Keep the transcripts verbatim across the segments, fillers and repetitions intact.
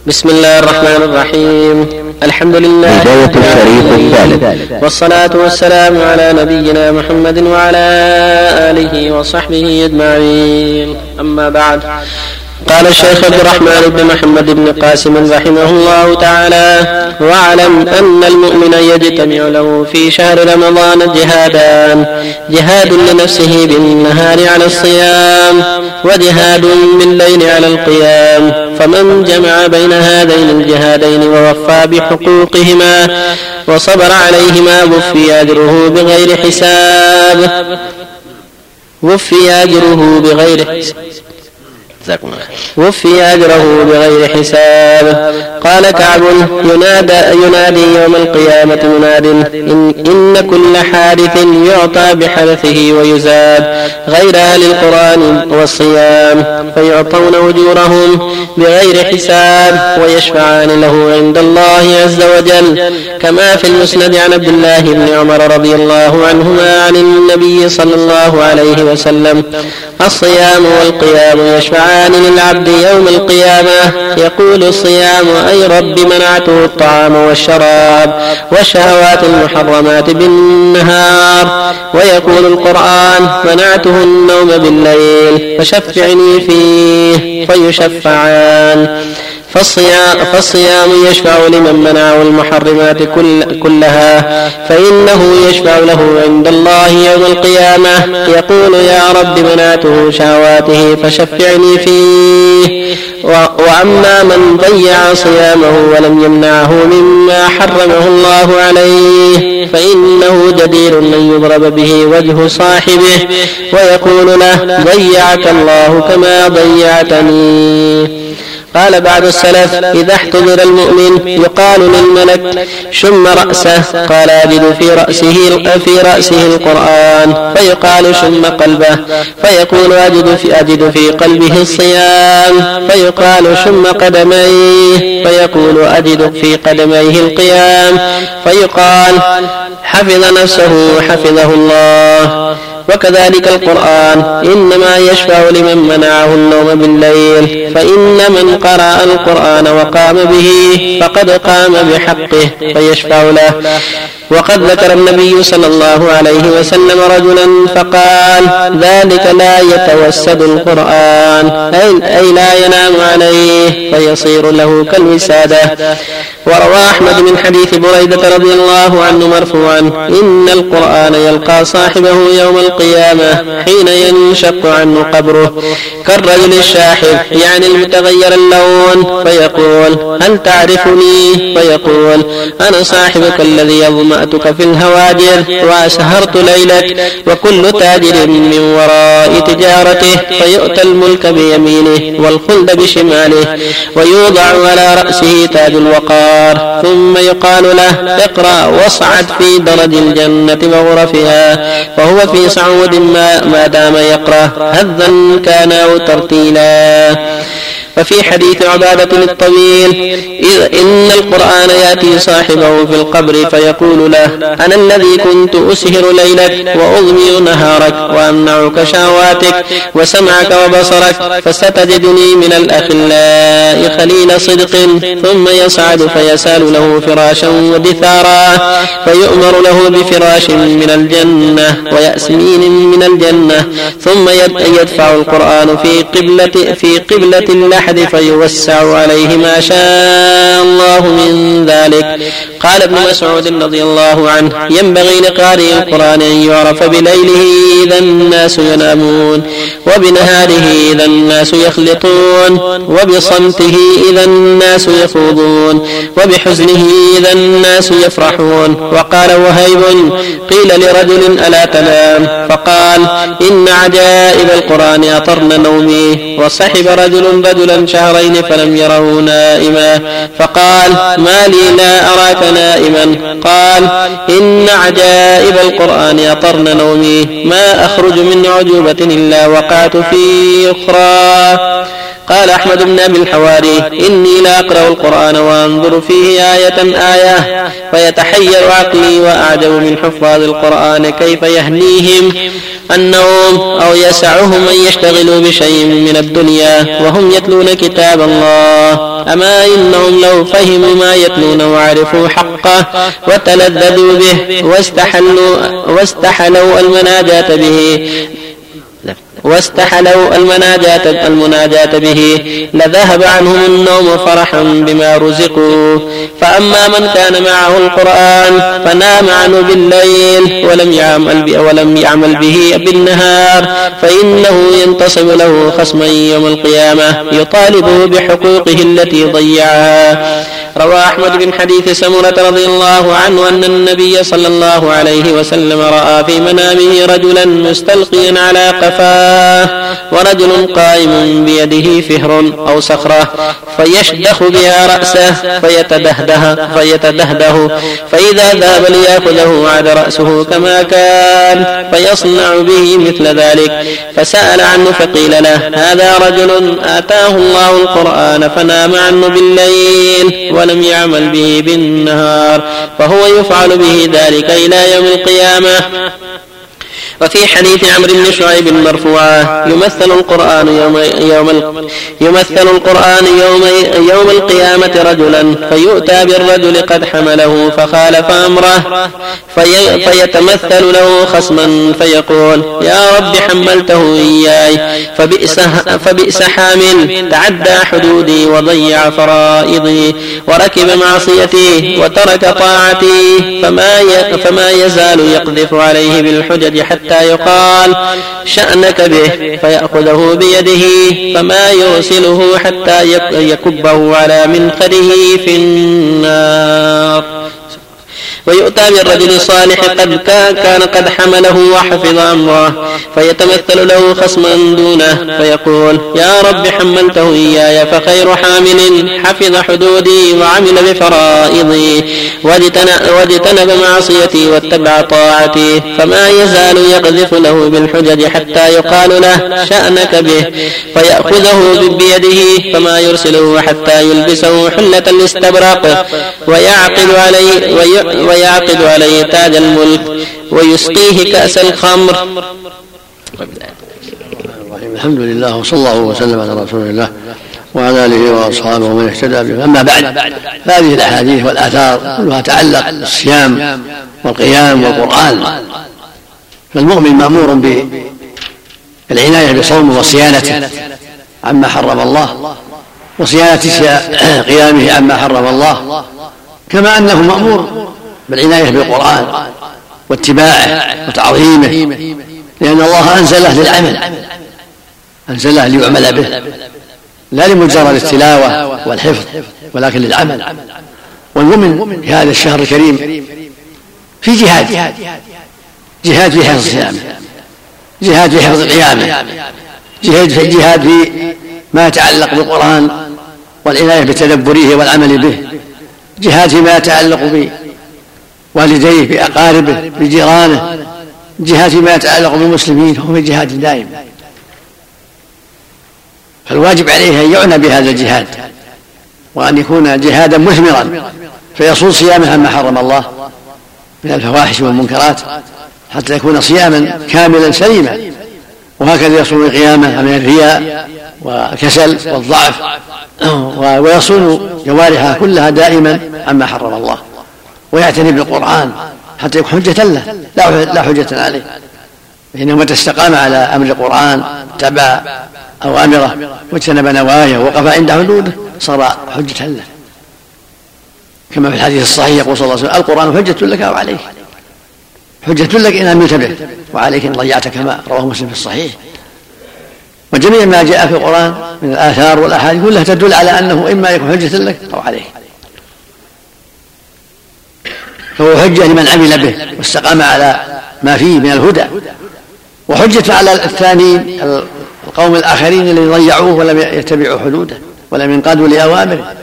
بسم الله الرحمن الرحيم. الحمد لله بداية الشريط الثالث، والصلاة والسلام على نبينا محمد وعلى آله وصحبه أجمعين. أما بعد، قال الشيخ عبد الرحمن بن محمد بن قاسم رحمه الله تعالى: واعلم أن المؤمن يجتمع له في شهر رمضان جهادان: جهاد لنفسه بالنهار على الصيام، وجهاد بالليل على القيام. فمن جمع بين هذين الجهادين ووفى بحقوقهما وصبر عليهما وفي أجره بغير حساب وفي أجره بغير حساب وفي أجره بغير حساب. قال كعب: ينادى, ينادي يوم القيامة مناد: إن, إن كل حارث يعطى بحرثه ويزاد غير أهل القرآن والصيام، فيعطون أجورهم بغير حساب ويشفعان له عند الله عز وجل، كما في المسند عن عبد الله بن عمر رضي الله عنهما عن النبي صلى الله عليه وسلم: الصيام والقيام يشفعان للعبد يوم القيامة. يقول الصيام: أي رب منعته الطعام والشراب والشهوات المحرمات بالنهار. ويقول القرآن: منعته النوم بالليل فشفعني فيه، فيشفعان. فالصيام, فالصيام يشفع لمن منعه المحرمات كل كلها، فإنه يشفع له عند الله يوم القيامة. يقول: يا رب منعته شهواته فشفعني فيه. وأما من ضيع صيامه ولم يمنعه مما حرمه الله عليه، فإنه جدير أن يضرب به وجه صاحبه ويقول له: ضيعك الله كما ضيعتني. قال بعض السلف: إذا احتضر المؤمن يقال للملك: شم رأسه. قال: أجد في رأسه, في رأسه القرآن. فيقال: شم قلبه. فيقول: أجد في, أجد في قلبه الصيام. فيقال: شم قدميه. فيقول: أجد في قدميه القيام. فيقال: حفظ نفسه حفظه الله. وكذلك القرآن إنما يشفع لمن منعه النوم بالليل، فإن من قرأ القرآن وقام به فقد قام بحقه فيشفع له. وقد ذكر النبي صلى الله عليه وسلم رجلا فقال: ذلك لا يتوسد القرآن، أي لا ينام عليه فيصير له كالوسادة. وروى أحمد من حديث بريدة رضي الله عنه مرفوعا: إن القرآن يلقى صاحبه يوم القيامة حين ينشق عنه قبره كالرجل الشاحب، يعني المتغير اللون، فيقول: هل تعرفني؟ فيقول: أنا صاحبك الذي أظمأتك في الهواجر وأسهرت ليلك. وكل تاجر من وراء تجارته، فيؤتى الملك بيمينه والخلد بشماله، ويوضع على رأسه تاج الوقار، ثم يقال له: اقرأ واصعد في درج الجنة وغرفها. فهو في صعود ما, ما دام يقرأ هذا كان أو ترتيلا. ففي حديث عبادة الطويل: إذ إن القرآن يأتي صاحبه في القبر فيقول له: أنا الذي كنت أسهر ليلك وأضمي نهارك وأمنعك شهواتك وسمعك وبصرك، فستجدني من الأخلاء خليل صدق. ثم يصعد فيسال له فراشا ودثارا، فيؤمر له بفراش من الجنة ويأسمين من الجنة، ثم يدفع القرآن في قبلة في قبلة الله فيوسع عليه ما شاء الله من ذلك. قال ابن مسعود رضي الله عنه: ينبغي لقارئ القرآن أن يعرف بليله إذا الناس ينامون، وبنهاره إذا الناس يخلطون، وبصمته إذا الناس يخوضون، وبحزنه إذا الناس يفرحون. وقال وهيب: قيل لرجل: ألا تنام؟ فقال: إن عجائب القرآن أطرن نومي. وصحب رجل رجلا شهرين فلم يره نائما، فقال: ما لي لا أراك نائما؟ قال: إن عجائب القرآن أطرن نومي، ما أخرج من عجوبة إلا وقعت في أخرى. قال أحمد بن أبي الحواري: إني لا أقرأ القرآن وأنظر فيه آية آية فيتحير عقلي وأعجب من حفاظ القرآن كيف يهنيهم النوم أو يسعهم أن يشتغلوا بشيء من الدنيا وهم يتلون كتاب الله. أما إنهم لو فهموا ما يتلون وعرفوا حقه وتلذذوا به واستحلوا, واستحلوا المناجاة به واستحلوا المناجاة, المناجاة به لذهب عنهم النوم فرحا بما رزقوا. فأما من كان معه القرآن فنام عنه بالليل ولم يعمل, ولم يعمل به بالنهار فإنه ينتصب له خصما يوم القيامة يطالبه بحقوقه التي ضيعها. روى أحمد من حديث سمرة رضي الله عنه أن النبي صلى الله عليه وسلم رأى في منامه رجلا مستلقيا على قفاه ورجل قائم بيده فهر أو صخرة فيشدخ بها رأسه فيتدهده, فيتدهده فإذا ذهب ليأخذه عاد رأسه كما كان فيصنع به مثل ذلك. فسأل عنه فقيل له: هذا رجل آتاه الله القرآن فنام عنه بالليل ولم يعمل به بالنهار فهو يفعل به ذلك إلى يوم القيامة. وفي حديث عمرو بن شعيب مرفوعا: يمثل القرآن يوم, يوم, يمثل القرآن يوم, يوم القيامة رجلا فيؤتى بالرجل قد حمله فخالف أمره في فيتمثل له خصما فيقول: يا رب حملته إياي فبئس, فبئس حامل تعدى حدودي وضيع فرائضي وركب معصيتي وترك طاعتي فما, فما يزال يقذف عليه بالحجج حتى يقال: شأنك به، فيأخذه بيده فما يرسله حتى يكبه على منخره في النار. ويؤتى بالرجل الصالح قد كان قد حمله وحفظ أمره فيتمثل له خصما دونه فيقول: يا رب حملته إياي فخير حامل حفظ حدودي وعمل بفرائضي واجتنب معصيتي واتبع طاعتي فما يزال يقذف له بالحجج حتى يقال له: شأنك به، فيأخذه بيده فما يرسله حتى يلبسه حلة الاستبرق ويعقد عليه وي ويعقد عليه تاج الملك ويسقيه كأس الخمر. الحمد لله وصلى الله وسلم على رسول الله وعلى آله وأصحابه ومن اهتدى به. أما بعد، هذه الأحاديث والآثار كلها تعلق بالصيام والقيام والقرآن، فالمؤمن مأمور بالعناية بصومه وصيانته عما حرم الله وصيانة قيامه عما حرم الله، كما أنه مأمور بالعناية بالقرآن واتباعه وتعظيمه، لأن الله أنزله للعمل، أنزله ليعمل به لا لمجرد التلاوة والحفظ ولكن للعمل. والمؤمن في هذا الشهر الكريم في جهاد، جهاد في حفظ صيامه، جهاد في حفظ قيامه، جهاد في ما يتعلق بالقرآن والعناية بتدبره والعمل به، جهاد فيما يتعلق بوالديه بأقاربه بجيرانه، جهاد فيما يتعلق بالمسلمين، هو في جهاد دائم. فالواجب عليه أن يعنى بهذا الجهاد وأن يكون جهادا مثمرا، فيصون صيامه عما حرم الله من الفواحش والمنكرات حتى يكون صياما كاملا سليما، وهكذا يصون قيامه من الرياء والكسل والضعف، ويصون جوارحه كلها دائما عما حرم الله، ويعتني بالقرآن حتى يكون حجة له لا حجة عليه، فإنه متى استقام على أمر القرآن تبع أوامره واجتنب نواهيه ووقف عند حدوده صار حجة له، كما في الحديث الصحيح يقول صلى الله عليه وسلم: القرآن حجة لك أو عليك، حجة لك إن عملت به وعليك إن ضيعت، كما رواه مسلم في الصحيح. وجميع ما جاء في القرآن من الآثار والأحاديث كلها تدل على أنه إما يكون حجة لك أو عليك، فهو حجة لمن عمل به واستقام على ما فيه من الهدى، وحجة على الثانيين القوم الآخرين الذين ضيعوه ولم يتبعوا حدوده ولم ينقادوا لأوامره.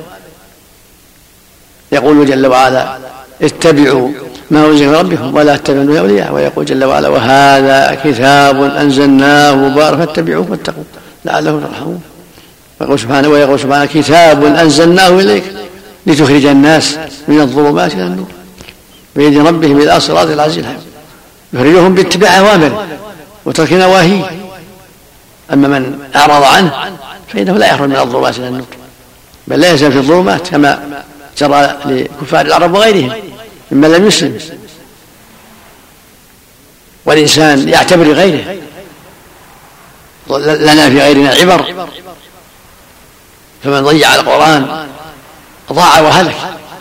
يقول جل وعلا: اتبعوا ما أنزل من ربكم ولا تتبعوا أولياء، ويقول جل وعلا: وهذا كتاب أنزلناه مبارك فاتبعوه واتقوا لعلكم ترحمون. ويقول سبحانه ويقول سبحانه كتاب أنزلناه إليك لتخرج الناس من الظلمات إلى النور بإذن ربهم إلى صراط العزيز الحميد يخرجهم باتباع أوامره وترك نواهيه. أما من أعرض عنه فإنه لا يخرج من الظلمات إلى النور بل لا يزال في الظلمات كما جرى لكفار العرب وغيرهم ممن لم يسلم. والإنسان يعتبر غيره لنا في غيرنا عبر فمن ضيع القرآن ضاع وهلك.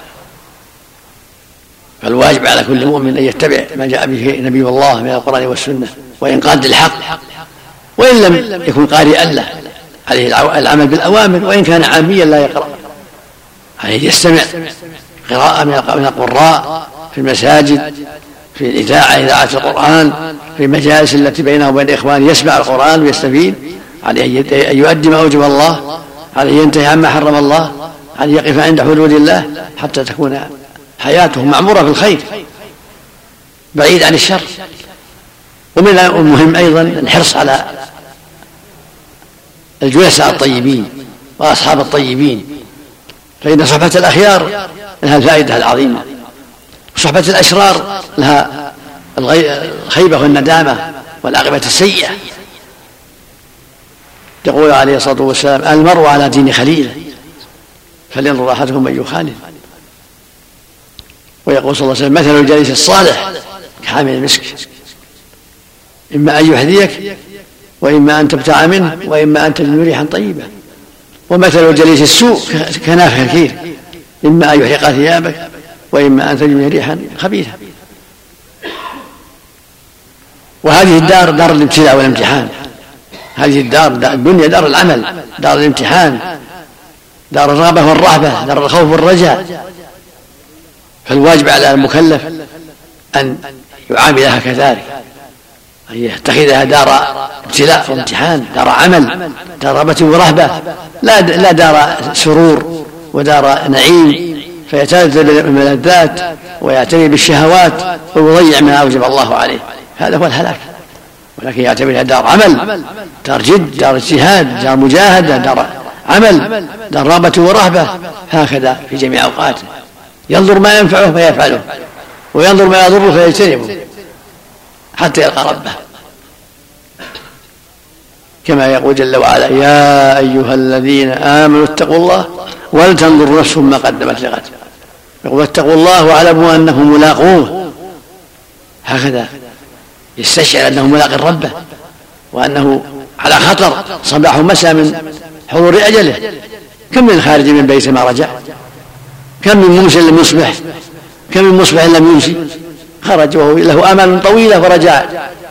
فالواجب على كل مؤمن أن يتبع ما جاء به نبي الله من القرآن والسنة وإن قاد الحق وإن لم يكن قارئا له عليه العمل بالأوامر وإن كان عاميا لا يقرأ عليه يستمع قراءة من القراء في المساجد في الإذاعة إذاعة القرآن في المجالس التي بينه وبين إخوانه يسمع القرآن ويستفيد. عليه أن يؤدي ما أوجب الله عليه ينتهي عما حرم الله عليه يقف عند حدود الله حتى تكون حياته معمورة بالخير بعيد عن الشر. ومن المهم أيضا الحرص على الجلساء الطيبين وأصحاب الطيبين فإن صحبة الأخيار لها الفائدة العظيمة وصحبة الأشرار لها الخيبة والندامة والعاقبة السيئة. يقول عليه الصلاة والسلام المرء على دين خليله فلينظر أحدكم من يخالف. ويقول صلى الله عليه وسلم مثل الجليس الصالح كحامل المسك إما أن يحذيك وإما أن تبتاع منه وإما أن تجد ريحا طيبة. ومثل الجليس السوء كنافخ الكير إما أن يحرق ثيابك وإما أن تجد ريحا خبيثة. وهذه الدار دار الابتلاء والامتحان. هذه الدار الدنيا دار العمل دار الامتحان دار الرغبة والرهبة دار الخوف والرجاء. فالواجب على المكلف أن يعاملها كذلك أن يتخذها دار ابتلاء وامتحان دار عمل دار رغبة ورهبة لا لا دار سرور ودار نعيم فيتلذذ بالملذات ويعتني بالشهوات ويضيع ما أوجب الله عليه. هذا هو الهلاك. ولكن يعتبرها دار عمل دار جد دار اجتهاد دار مجاهدة دار عمل دار رغبة ورهبة هكذا في جميع أوقاته ينظر ما ينفعه فيفعله وينظر ما يضره فيجتنبه حتى يلقى ربه كما يقول جل وعلا يا أيها الذين آمنوا اتقوا الله ولتنظر نفس ما قدمت لغد. يقول اتقوا الله واعلموا أنكم ملاقوه هكذا يستشعر أنه ملاق ربه وأنه على خطر صباح ومساء من حضور أجله. كم من خارج من بيت ما رجع كم من موسى لم يصبح كم من مصبح لم يمسي خرج وهو له آمال طويلة ورجع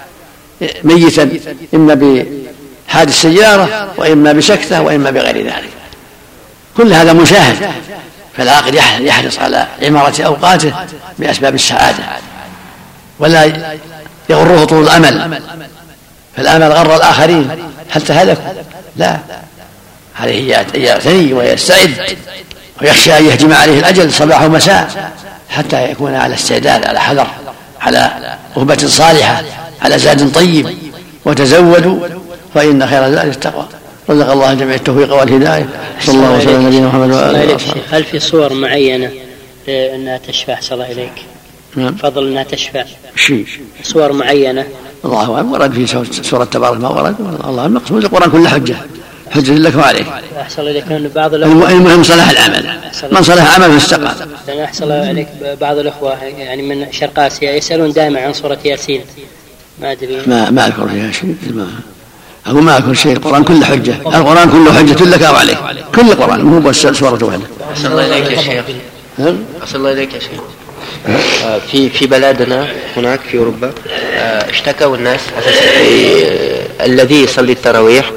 ميتا إما بحادث سيارة وإما بسكتة وإما بغير ذلك. كل هذا مشاهد. فالعاقل يحرص على عمارة أوقاته بأسباب السعادة ولا يغره طول الأمل فالأمل غر الآخرين حتى هلكوا لا عليه أن يعتني ويستعد ويخشى أن يهجم عليه الأجل صباح ومساء حتى يكون على استعداد على حذر على أهبة صالحة على زاد طيب. وتزودوا فإن خير الزاد التقوى. رزق الله جميع التوفيق والهداية. صلى الله وسلم على نبينا محمد وآله وصحبه. هل في صور معينة أنها تشفع صلى الله إليك فضل أنها تشفع شيء صور معينة؟ الله أعلم ورد في سورة تبارك ما ورد الله المقصود القرآن كله حجة حجة لك وعليك. أحسن إليك أن بعض الأخوة المهم صلاح العمل من صلاح عمل استقام. أنا أحسن إليك بعض الأخوة يعني من شرق آسيا يسألون دائما عن سورة ياسين ما أدري ما ما أذكر فيها شيء ما أو ما أذكر شيء. القرآن كله حجة القرآن كله حجة لك وعليك كل القرآن مو بس سورة واحدة. أحسن الله إليك يا شيخ أحسن الله إليك يا شيخ في في بلادنا هناك في أوروبا اشتكوا الناس الذي يصلي التراويح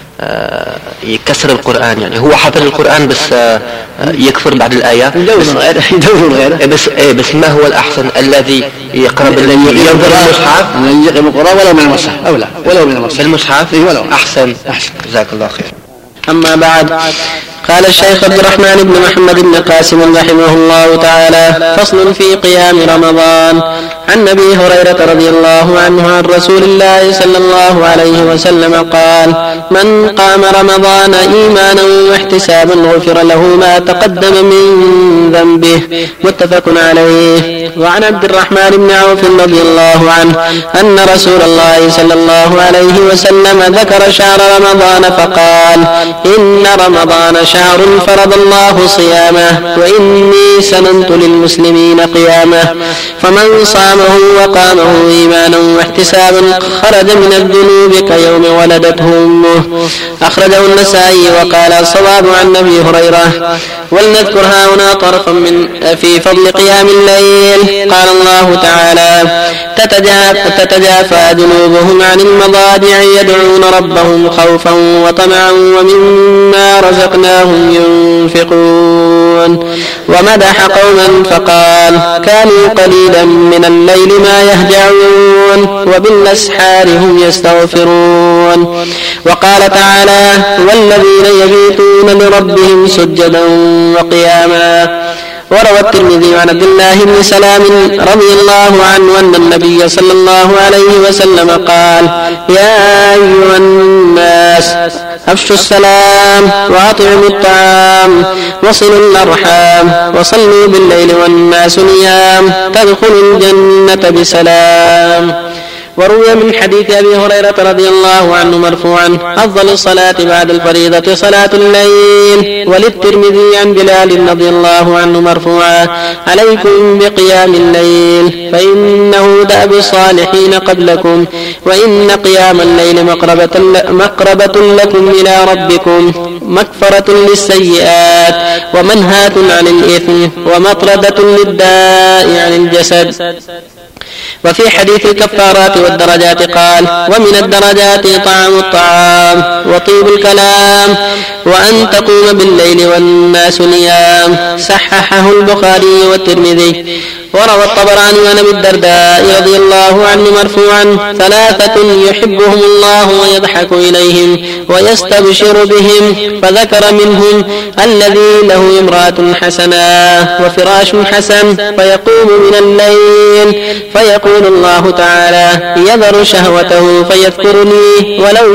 يكسر القرآن يعني هو حفظ القرآن بس يكفر بعد الآيات يدور غيره بس بس ما هو الأحسن الذي يقرب الذي ينظر المصحف الذي يقرأ القرآن ولو من المصحف أو لا ولو من المصحف المصحف ولو أحسن أحسن جزاك الله خير. أما بعد قال الشيخ عبد الرحمن بن محمد بن قاسم رحمه الله تعالى فصل في قيام رمضان. عن أبي هريرة رضي الله عنه عن رسول الله صلى الله عليه وسلم قال: من قام رمضان إيمانا واحتسابا غفر له ما تقدم من ذنبه. متفق عليه. وعن عبد الرحمن بن عوف رضي الله عنه أن رسول الله صلى الله عليه وسلم ذكر شهر رمضان فقال: إن رمضان شهر فرض الله صيامه وإني سننت للمسلمين قيامه، فمن صامه وقامه إيمانا واحتسابا خرج من الذنوب كيوم ولدته أمه. أخرجه النسائي. وقال الصواب عن أبي هريرة. ولنذكر هنا طرفا من في فضل قيام الليل. قال الله تعالى: تتجافى جنوبهم عن المضاجع يدعون ربهم خوفا وطمعا ومما رزقناهم ينفقون. ومدح قوما فقال: كانوا قليلا من الليل ما يهجعون وبالأسحار هم يستغفرون. وقال تعالى: والذين يبيتون لربهم سجدا وقياما. وروى الترمذي عن عبد الله بن سلام رضي الله عنه أن النبي صلى الله عليه وسلم قال: يا أيها الناس أفشوا السلام وأطعموا الطعام وصلوا الأرحام وصلوا بالليل والناس نيام تدخلوا الجنة بسلام. وروي من حديث أبي هريرة رضي الله عنه مرفوعا: أفضل الصلاة بعد الفريضة صلاة الليل. وللترمذي عن بلال رضي الله عنه مرفوعا: عليكم بقيام الليل فإنه دأب الصالحين قبلكم، وإن قيام الليل مقربة, مقربة لكم إلى ربكم، مكفرة للسيئات ومنهاة عن الإثم ومطردة للداء عن الجسد. وفي حديث الكفارات والدرجات قال: ومن الدرجات طعام الطعام وطيب الكلام وأن تقوم بالليل والناس نيام. صححه البخاري والترمذي. وروى الطبراني عن ابي الدرداء رضي الله عنه مرفوعا: ثلاثة يحبهم الله ويضحك إليهم ويستبشر بهم، فذكر منهم: الذي له امرأة حسنة وفراش حسن فيقوم من الليل فيقول الله تعالى: يذر شهوته فيذكرني ولو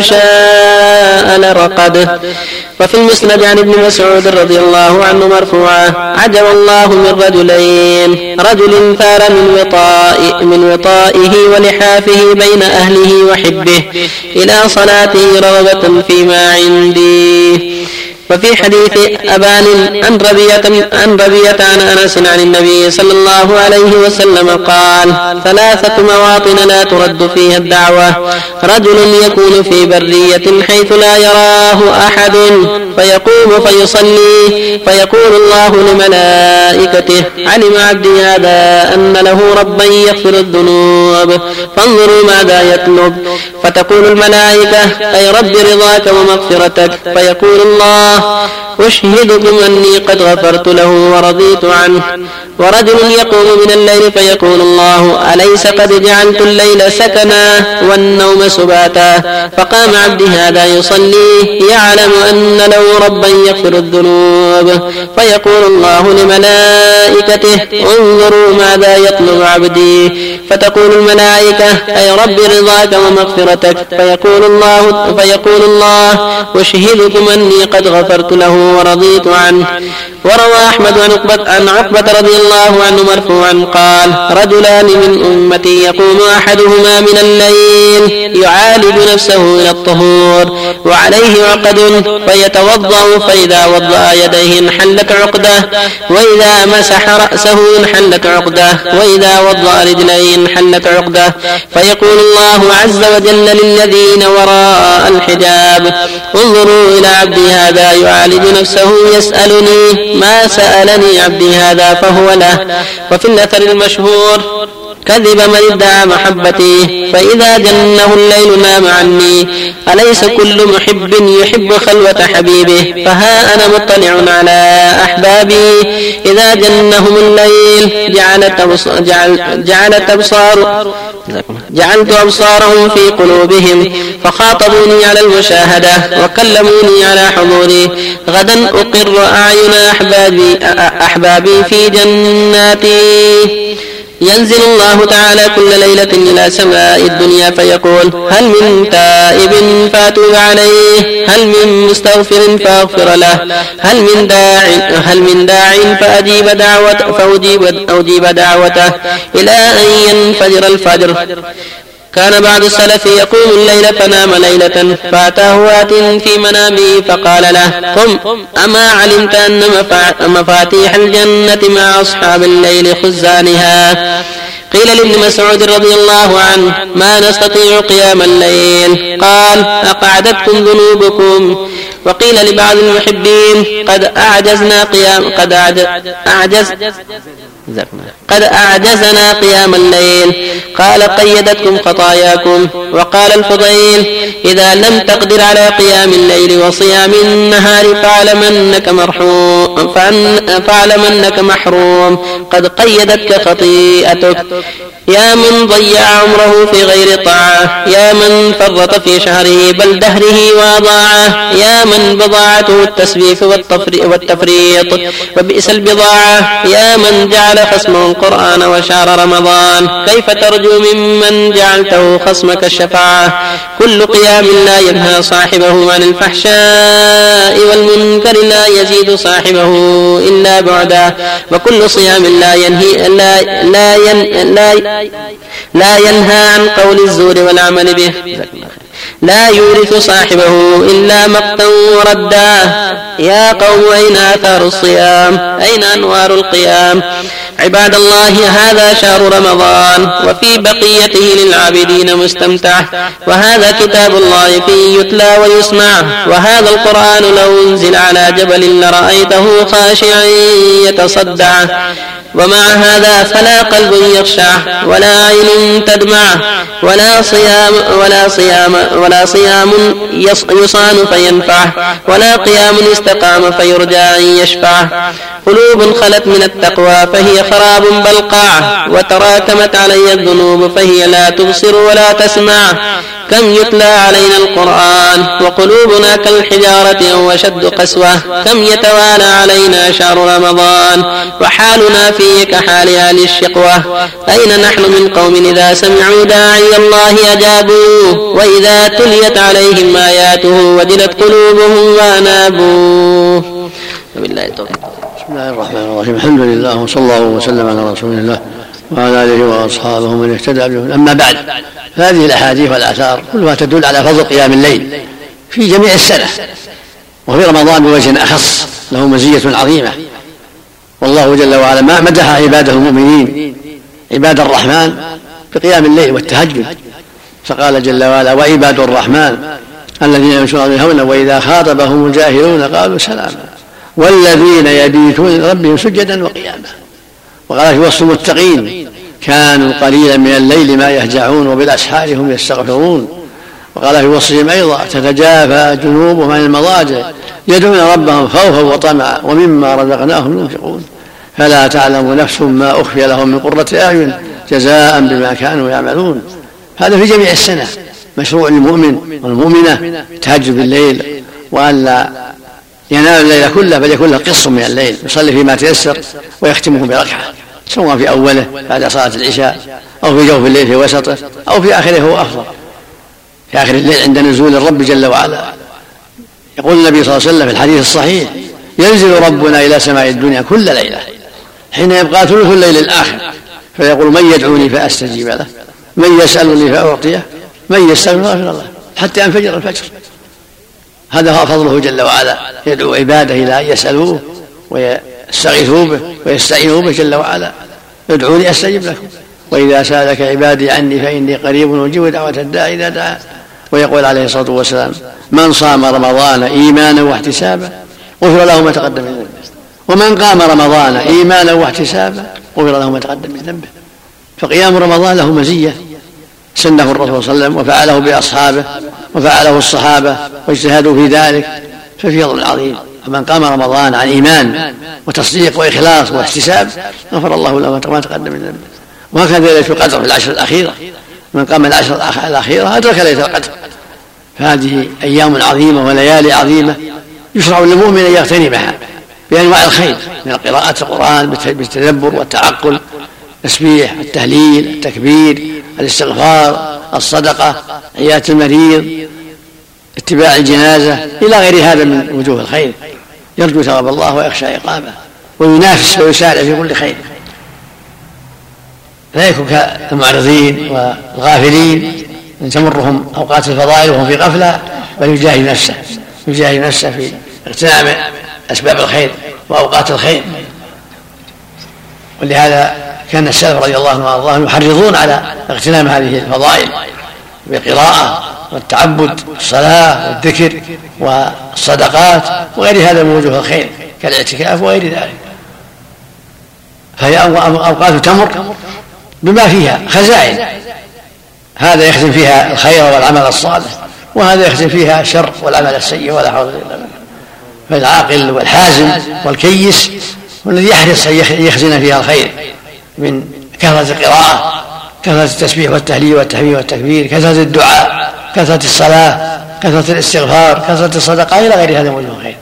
شاء لرقده. وفي المسند عن ابن مسعود رضي الله عنه مرفوعا: عجب الله من رجلين: رجل ثار من وطاء من وطائه ولحافه بين أهله وحبه إلى صلاته رغبة فيما عندي. وفي حديث أبان عن ربيعة عن ربيعة عن أنس عن النبي صلى الله عليه وسلم قال: ثلاثة مواطن لا ترد فيها الدعوة: رجل يكون في برية حيث لا يراه أحد فيقوم فيصلي فيقول الله لملائكته: علم عبدي هذا أن له ربا يغفر الذنوب فانظروا ماذا يطلب. فتقول الملائكة: أي رب رضاك ومغفرتك. فيقول الله: أشهدكم أني قد غفرت له ورضيت عنه. ورجل يقوم من الليل فيقول الله: أليس قد جعلت الليل سكنا والنوم سباتا؟ فقام عبدي هذا يصلي يعلم أن له ربا يغفر الذنوب. فيقول الله لملائكته: انظروا ماذا يطلب عبدي. فتقول الملائكة: أي رب رضاك ومغفرتك. فيقول الله فيقول الله: أشهدكم أني قد غفرت له ورضيت عنه. وروى أحمد عن عقبة رضي الله عنه مرفوعا قال: رجلان من أمتي يقوم أحدهما من الليل يعالج نفسه إلى الطهور وعليه عقد فيتوضأ، فإذا وضأ يديه انحلت عقده، وإذا مسح رأسه انحلت عقده، وإذا وضأ رجليه انحلت عقده. فيقول الله عز وجل للذين وراء الحجاب: انظروا إلى عبدي هذا يعالج نفسه يسألني ما سألني عبدي هذا فهو له. وفي الأثر المشهور: كذب من ادعى محبتي فإذا جنه الليل نام عني. أليس كل محب يحب خلوة حبيبه؟ فها أنا مطلع على أحبابي إذا جنهم الليل جعلت أبصار جعلت أبصار جعلت أبصارهم في قلوبهم فخاطبوني على المشاهدة وكلموني على حضوري. غدا أقر أعين أحبابي, أحبابي في جناتي ينزل الله تعالى كل ليلة إلى سماء الدنيا فيقول: هل من تائب فأتوب عليه؟ هل من مستغفر فأغفر له؟ هل من داع هل من داع فأجيب دعوته فأجيب أجيب دعوته إلى أن ينفجر الفجر. كان بعض السلف يقوم الليل فنام ليلة، فأتاه آت في منامه فقال له: قم، أما علمت أن مفاتيح الجنة مع أصحاب الليل خزانها؟ قيل لابن مسعود رضي الله عنه: ما نستطيع قيام الليل. قال: أقعدتكم ذنوبكم. وقيل لبعض المحبين: قد أعجزنا قيام قد أعجز قد أعجزنا قيام الليل. قال: قيدتكم خطاياكم. وقال الفضيل: إذا لم تقدر على قيام الليل وصيام النهار فاعلم أنك محروم فاعلم أنك محروم قد قيدتك خطيئتك. يا من ضيع عمره في غير طاعة، يا من فرط في شهره بل دهره وأضاعه، يا من بضاعته التسويف والتفريط وبئس البضاعة، يا من جعل خصمه القرآن وشهر رمضان، كيف ترجو ممن جعلته خصمك الشفاعة؟ كل قيام لا ينهى صاحبه عن الفحشاء والمنكر لا يزيد صاحبه إلا بعدا، وكل صيام لا ينهي لا لا ين لا لا ينهى عن قول الزور والعمل به لا يورث صاحبه إلا مقتا وردا. يا قوم أين آثار الصيام؟ أين أنوار القيام؟ عباد الله، هذا شهر رمضان وفي بقيته للعابدين مستمتع، وهذا كتاب الله فيه يتلى ويسمع، وهذا القرآن لو أنزل على جبل لرأيته خاشعا يتصدع، ومع هذا فلا قلب يخشع ولا عين تدمع ولا صيام ولا صيام ولا صيام يصان فينفع ولا قيام استقام فيرجى أن يشفع. قلوب خلت من التقوى فهي خراب بلقاع، وتراكمت علي الذنوب فهي لا تبصر ولا تسمع. كم يتلى علينا القرآن وقلوبنا كالحجارة وشد قسوة. كم يتوالى علينا شهر رمضان وحالنا فيه كحال أهل الشقوة. أين نحن من قوم إذا سمعوا داعي الله أجابوا، وإذا تليت عليهم آياته وجلت قلوبهم وأنابوا. وبالله التوفيق. بسم الله الرحمن الرحيم. الحمد لله وصلى الله وسلم على رسول الله وعلى آله وأصحابه من اهتدى بهم. أما بعد، فهذه الأحاديث والآثار كلها تدل على فضل قيام الليل في جميع السنة، وفي رمضان بوجه أخص له مزية عظيمة. والله جل وعلا ما مدح عباده المؤمنين عباد الرحمن بقيام الليل والتهجد، فقال جل وعلا: وعباد الرحمن الذين يمشون هونا وإذا خاطبهم الجاهلون قالوا سلاما والذين يبيتون لربهم سجدا وقياما. وقال في وصف المتقين: كانوا قليلا من الليل ما يهجعون وبالأسحار هم يستغفرون. وقال في وصفهم أيضا: تتجافى جنوبهم عن المضاجع يدعون ربهم خوفا وطمعا ومما رزقناهم ينفقون. فلا تعلم نفس ما أخفي لهم من قرة أعين جزاء بما كانوا يعملون. هذا في جميع السنة مشروع للمؤمن والمؤمنة التهجد بالليل، وألا ينال الليل كله بل يكون له قسط من الليل يصلي فيما تيسر ويختمه بركعة، سواء في أوله بعد صلاة العشاء أو في جوف الليل في وسطه أو في آخره هو أفضل. في آخر الليل عند نزول الرب جل وعلا يقول النبي صلى الله عليه وسلم في الحديث الصحيح: ينزل ربنا إلى سماء الدنيا كل ليلة حين يبقى ثلث الليل الآخر فيقول: من يدعوني فأستجيب له، من يسألني فأعطيه، من يستغفر فأغفر له، حتى ينفجر الفجر. هذا هو فضله جل وعلا، يدعو عباده إلى أن يسألوه ويستغيثوا به ويستعينوا به جل وعلا: ادعوني أستجب لكم، وإذا سألك عبادي عني فإني قريب أجيب دعوة الداعي إذا دعا. ويقول عليه الصلاة والسلام: من صام رمضان إيمانا واحتسابا غفر له ما تقدم من ذنبه، ومن قام رمضان إيمانا واحتسابا غفر له ما تقدم من ذنبه. فقيام رمضان له مزية سنه الرسول صلى الله عليه وسلم وفعله بأصحابه وفعله الصحابة واجتهدوا في ذلك، ففي فضل عظيم. فمن قام رمضان عن إيمان وتصديق وإخلاص واحتساب غفر الله له ما تقدم من ذنبه. وهكذا ليلة القدر في العشر الأخيرة، من قام العشر الأخيرة أدرك ليلة القدر. فهذه أيام عظيمة وليالي عظيمة يشرع للمؤمن أن يغتنمها بأنواع الخير من قراءة القرآن بالتدبر والتعقل التسبيح، التهليل، التكبير، الاستغفار، الصدقة، عيادة المريض، اتباع الجنازة إلى غير هذا من وجوه الخير، يرجو ثواب الله ويخشى عقابه وينافس ويسارع في كل خير، لا يكون كالمعرضين والغافلين ان تمرهم اوقات الفضائل وهم في غفله، بل يجاهد نفسه يجاهد نفسه في اغتنام اسباب الخير واوقات الخير. ولهذا كان السلف رضي الله عنهم وارضاهم يحرضون على اغتنام هذه الفضائل بالقراءه والتعبد والصلاه والذكر والصدقات وغير هذا من وجوه الخير كالاعتكاف وغير ذلك. فهي اوقات تمر بما فيها خزائن، هذا يخزن فيها الخير والعمل الصالح، وهذا يخزن فيها الشر والعمل السيء ولا حول ولا قوة إلا بالله. فالعاقل والحازم والكيس والذي يحرص ان يخزن فيها الخير من كثرة القراءة، كثرة التسبيح والتهليل والتحميد والتكبير، كثرة الدعاء، كثرة الصلاة، كثرة الاستغفار، كثرة الصدقة إلى غير هذا من وجوه الخير.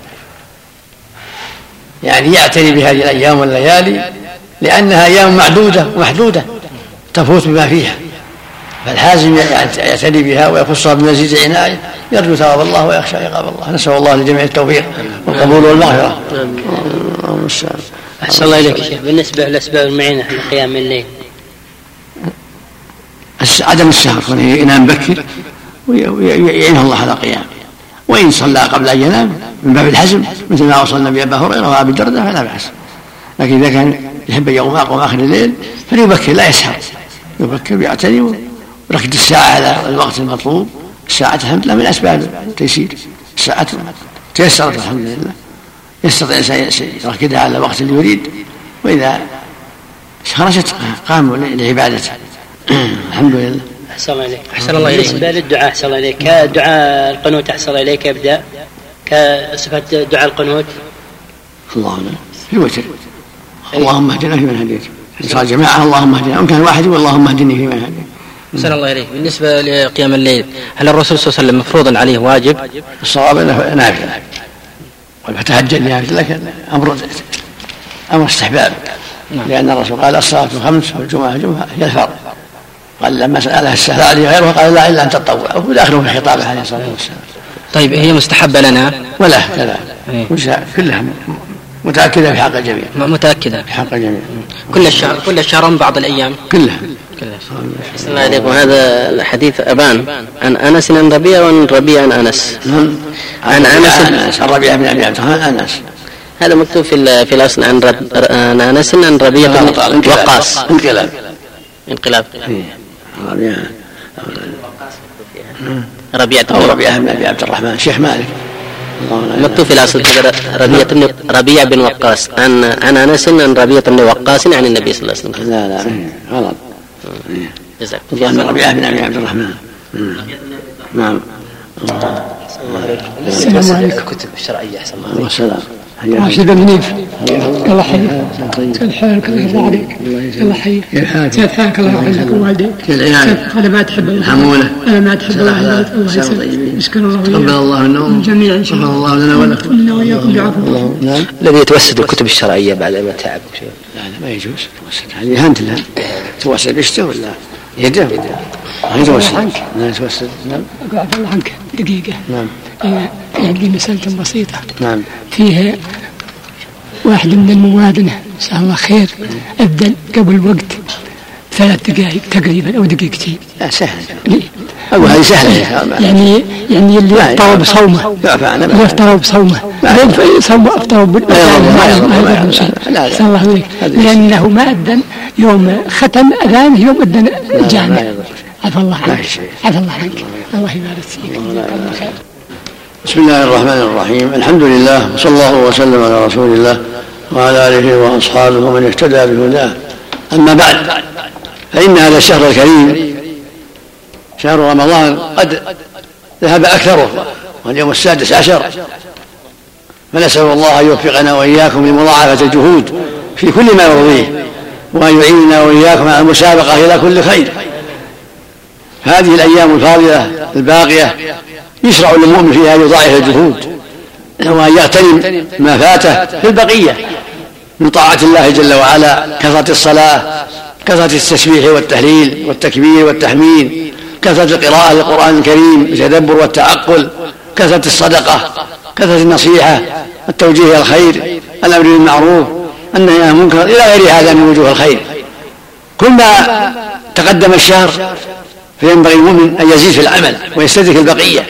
يعني يعتني بهذه الأيام والليالي لأنها أيام معدودة ومحدودة تفوت بما فيها، فالحازم يعتني بها ويخصها بمزيد عناية يرجو ثواب الله ويخشى عقاب الله. نسأل الله لجميع التوفيق والقبول والمغفرة. أحسن الله إليك شيخ. بالنسبة للأسباب المعينة لقيام الليل، عدم السهر، ينام بكر ويعينه الله على قيامه، وإن صلى قبل أن ينام من باب الحزم مثل ما وصلنا بأبي هريرة وأبي الدرداء فلا بأس. لكن إذا كان يحب أن يقوم أقوم آخر الليل فليبكر لا يسهر، يبكر ويعتني وركد الساعة على الوقت المطلوب. الساعة الحمد لله من أسباب التيسير، الساعة تيسرت الحمد لله، يستطيع يركدها على الوقت اللي يريد، وإذا خرجت قام لعبادته. الحمد لله. أحسن الله إليك. أحسن الله إليك. بالنسبة للدعاء أحسن الله إليك، كدعاء القنوت أحسن الله إليك يبدأ كصفة دعاء القنوت. اللهم في وتر اللهم اهدنا فيمن هديت، إن صار جماعة اللهم اهدنا، إن كان واحد اللهم اهدني فيمن هديت. أحسن الله إليك. بالنسبة لقيام الليل، هل الرسول صلى الله عليه وسلم مفروض عليه واجب؟ الصواب أنه نافلة، والفتهجد نافلة لكن أمر أمر استحباب، لأن الرسول قال الصلاة خمس والجمعة جمعة هي الفرض. قال لما سألها السهل عليه غيره قال لا إلا أن تطوع، وداخله في خطابه عليه الصلاة والسلام. طيب هي مستحبة لنا ولا كذا كلها متأكدة في حق الجميع. متأكدة في حق الجميع كل الشهر كل الشهر من بعض الأيام كلها. بسم الله عليكم. هذا الحديث أبان عن أنس عن ربيع وعن ربيع عن أنس عن أنس عن ربيع بن أبي عبد الرحمن أنس. هذا مكتوب في في الأصل عن رب عن أنس عن ربيع بن وقاص. انقلاب انقلاب ربيع ربيع أو ربيع بن أبي عبد الرحمن شيخ مالك. مكتوب في الأصل ربيع بن ربيع بن وقاص عن عن أنس عن ربيع بن وقاص عن النبي صلى الله عليه وسلم. لا لا غلط. جزاك الله. ربيع بن أبي عبد الرحمن. نعم. السلام عليكم. الكتب الشرعية أحسن الله عليكم. والسلام. راشد منيف. الله حيك. كيف حالك؟ الله يرضى عليك. الله حيك. كيف حالك؟ الله يرحمك ووالديك. كيف العيال؟ أنا ما تحب الله. حمولة. أنا ما تحب الله. الله يسلمك. يشكر الله وياك. تقبل الله منهم جميعا إن شاء الله. الله لنا ولكم. كلنا وياكم بعفو. نعم. الذي يتوسد الكتب الشرعية بعد ما تعب شيء. لا لا ما يجوز توسد، هذه إهانة له. توسد بيشته ولا يده؟ ما يتوسد. لا يتوسد. نعم. أقول الله عنك دقيقة. نعم. يعني مسألة بسيطة. نعم. فيها واحد من الموادنة نسأل الله خير أبدل قبل وقت ثلاث دقائق تقريبا أو دقيقتين. لا سهل. أو هذه سهلة. يعني يعني اللي أفطروا بصومه اللي أفطروا بصومه صومه أفطروا بالأذان نسأل الله عليك، لأنه ما أذن يوم ختم أذان يوم أذن الجامع. عفى الله عنك. عفى الله عنك. الله يبارك فيك. بسم الله الرحمن الرحيم. الحمد لله وصلى الله وسلم على رسول الله وعلى آله وأصحابه ومن اهتدى بهداه. أما بعد، فإن هذا الشهر الكريم شهر رمضان قد ذهب أكثره واليوم السادس عشر، فنسأل الله أن يوفقنا وإياكم لمضاعفة الجهود في كل ما يرضيه، وأن يعيننا وإياكم على المسابقة إلى كل خير. هذه الأيام الفاضلة الباقية يشرع للمؤمن فيها أن يضاعف الجهود وأن يغتنم ما فاته في البقية من طاعة الله جل وعلا، كثرة الصلاة، كثرة التسبيح والتهليل والتكبير والتحميد، كثرة القراءة للقرآن الكريم بالتدبر والتعقل، كثرة الصدقة، كثرة النصيحة، التوجيه إلى الخير، الأمر بالمعروف، النهي عن المنكر، إلى غير هذا من وجوه الخير. كل ما تقدم الشهر فينبغي المؤمن أن يزيد في العمل ويستدرك البقية،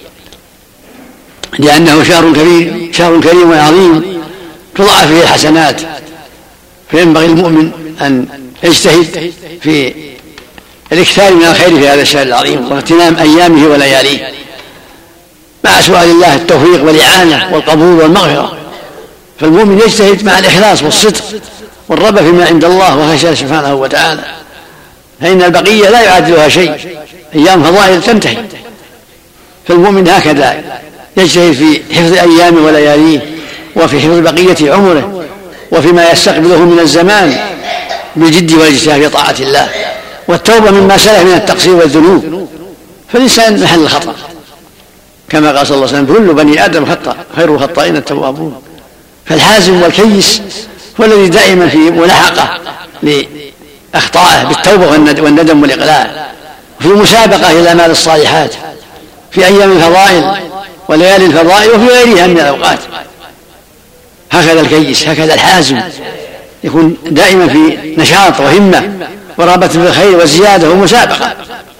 لأنه شهر كريم شهر كريم وعظيم تضاعف فيه الحسنات، فينبغي المؤمن أن يجتهد في الاكثار من الخير في هذا الشهر العظيم واغتنام أيامه ولياليه، مع سؤال الله التوفيق والإعانة والقبول والمغفرة. فالمؤمن يجتهد مع الإخلاص والصدق والرغبة فيما عند الله وخشية سبحانه وتعالى، فإن البقية لا يعادلها شيء، أيام فضائل تنتهي. فالمؤمن هكذا يجتهد في حفظ أيامه ولياليه وفي حفظ بقية عمره وفيما يستقبله من الزمان بالجد والاجتهاد في طاعة الله والتوبة مما سلف من التقصير والذنوب. فالإنسان محل الخطأ، كما قال صلى الله عليه وسلم: كل بني آدم خطأ خير الخطائين التوابون. فالحازم والكيس هو الذي دائما في ملاحقة لأخطائه بالتوبة والندم والإقلاع، وفي مسابقة إلى الأعمال الصالحات في أيام الفضائل وليالي الفضائل وفي غيرها من الأوقات. هكذا الكيس، هكذا الحازم يكون دائما في نشاط وهمة ورغبة في الخير وزيادة ومسابقة،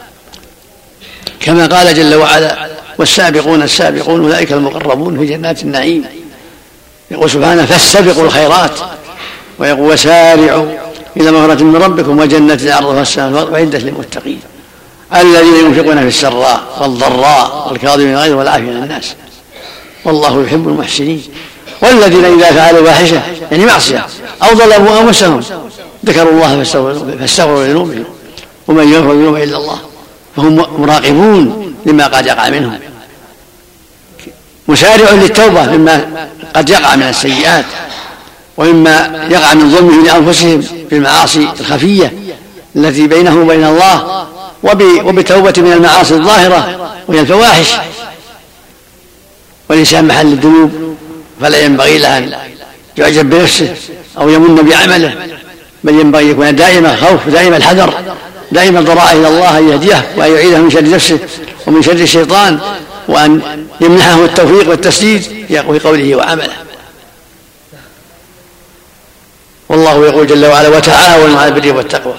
كما قال جل وعلا: والسابقون السابقون أولئك المقربون في جنات النعيم. يقول سبحانه: فاستبقوا الخيرات، ويقول: وسارعوا إلى مغفرة من ربكم وجنة عرضها السماوات وعدة للمتقين الذين ينفقون في السراء والضراء والكاظمين الغيظ والعافين عن الناس والله يحب المحسنين. والذين إذا فعلوا فاحشة يعني معصية أو ظلموا أنفسهم ذكروا الله فاستغفروا لذنوبهم ومن يغفر الذنوب إلا الله، فهم مراقبون لما قد يقع منهم، مسارع للتوبة مما قد يقع من السيئات ومما يقع من ظلمهم لأنفسهم في المعاصي الخفية التي بينهم وبين الله، وبتوبة من المعاصي الظاهرة وهي الفواحش. والإنسان محل الذنوب فلا ينبغي له أن يعجب بنفسه أو يمن بعمله، بل ينبغي يكون دائما خوف، دائما الحذر، دائما ضراعه إلى الله أن يهديه وأن يعيده من شر نفسه ومن شر الشيطان، وأن يمنحه التوفيق والتسديد في قوله وعمله. والله يقول جل وعلا: وتعاونوا على البر والتقوى.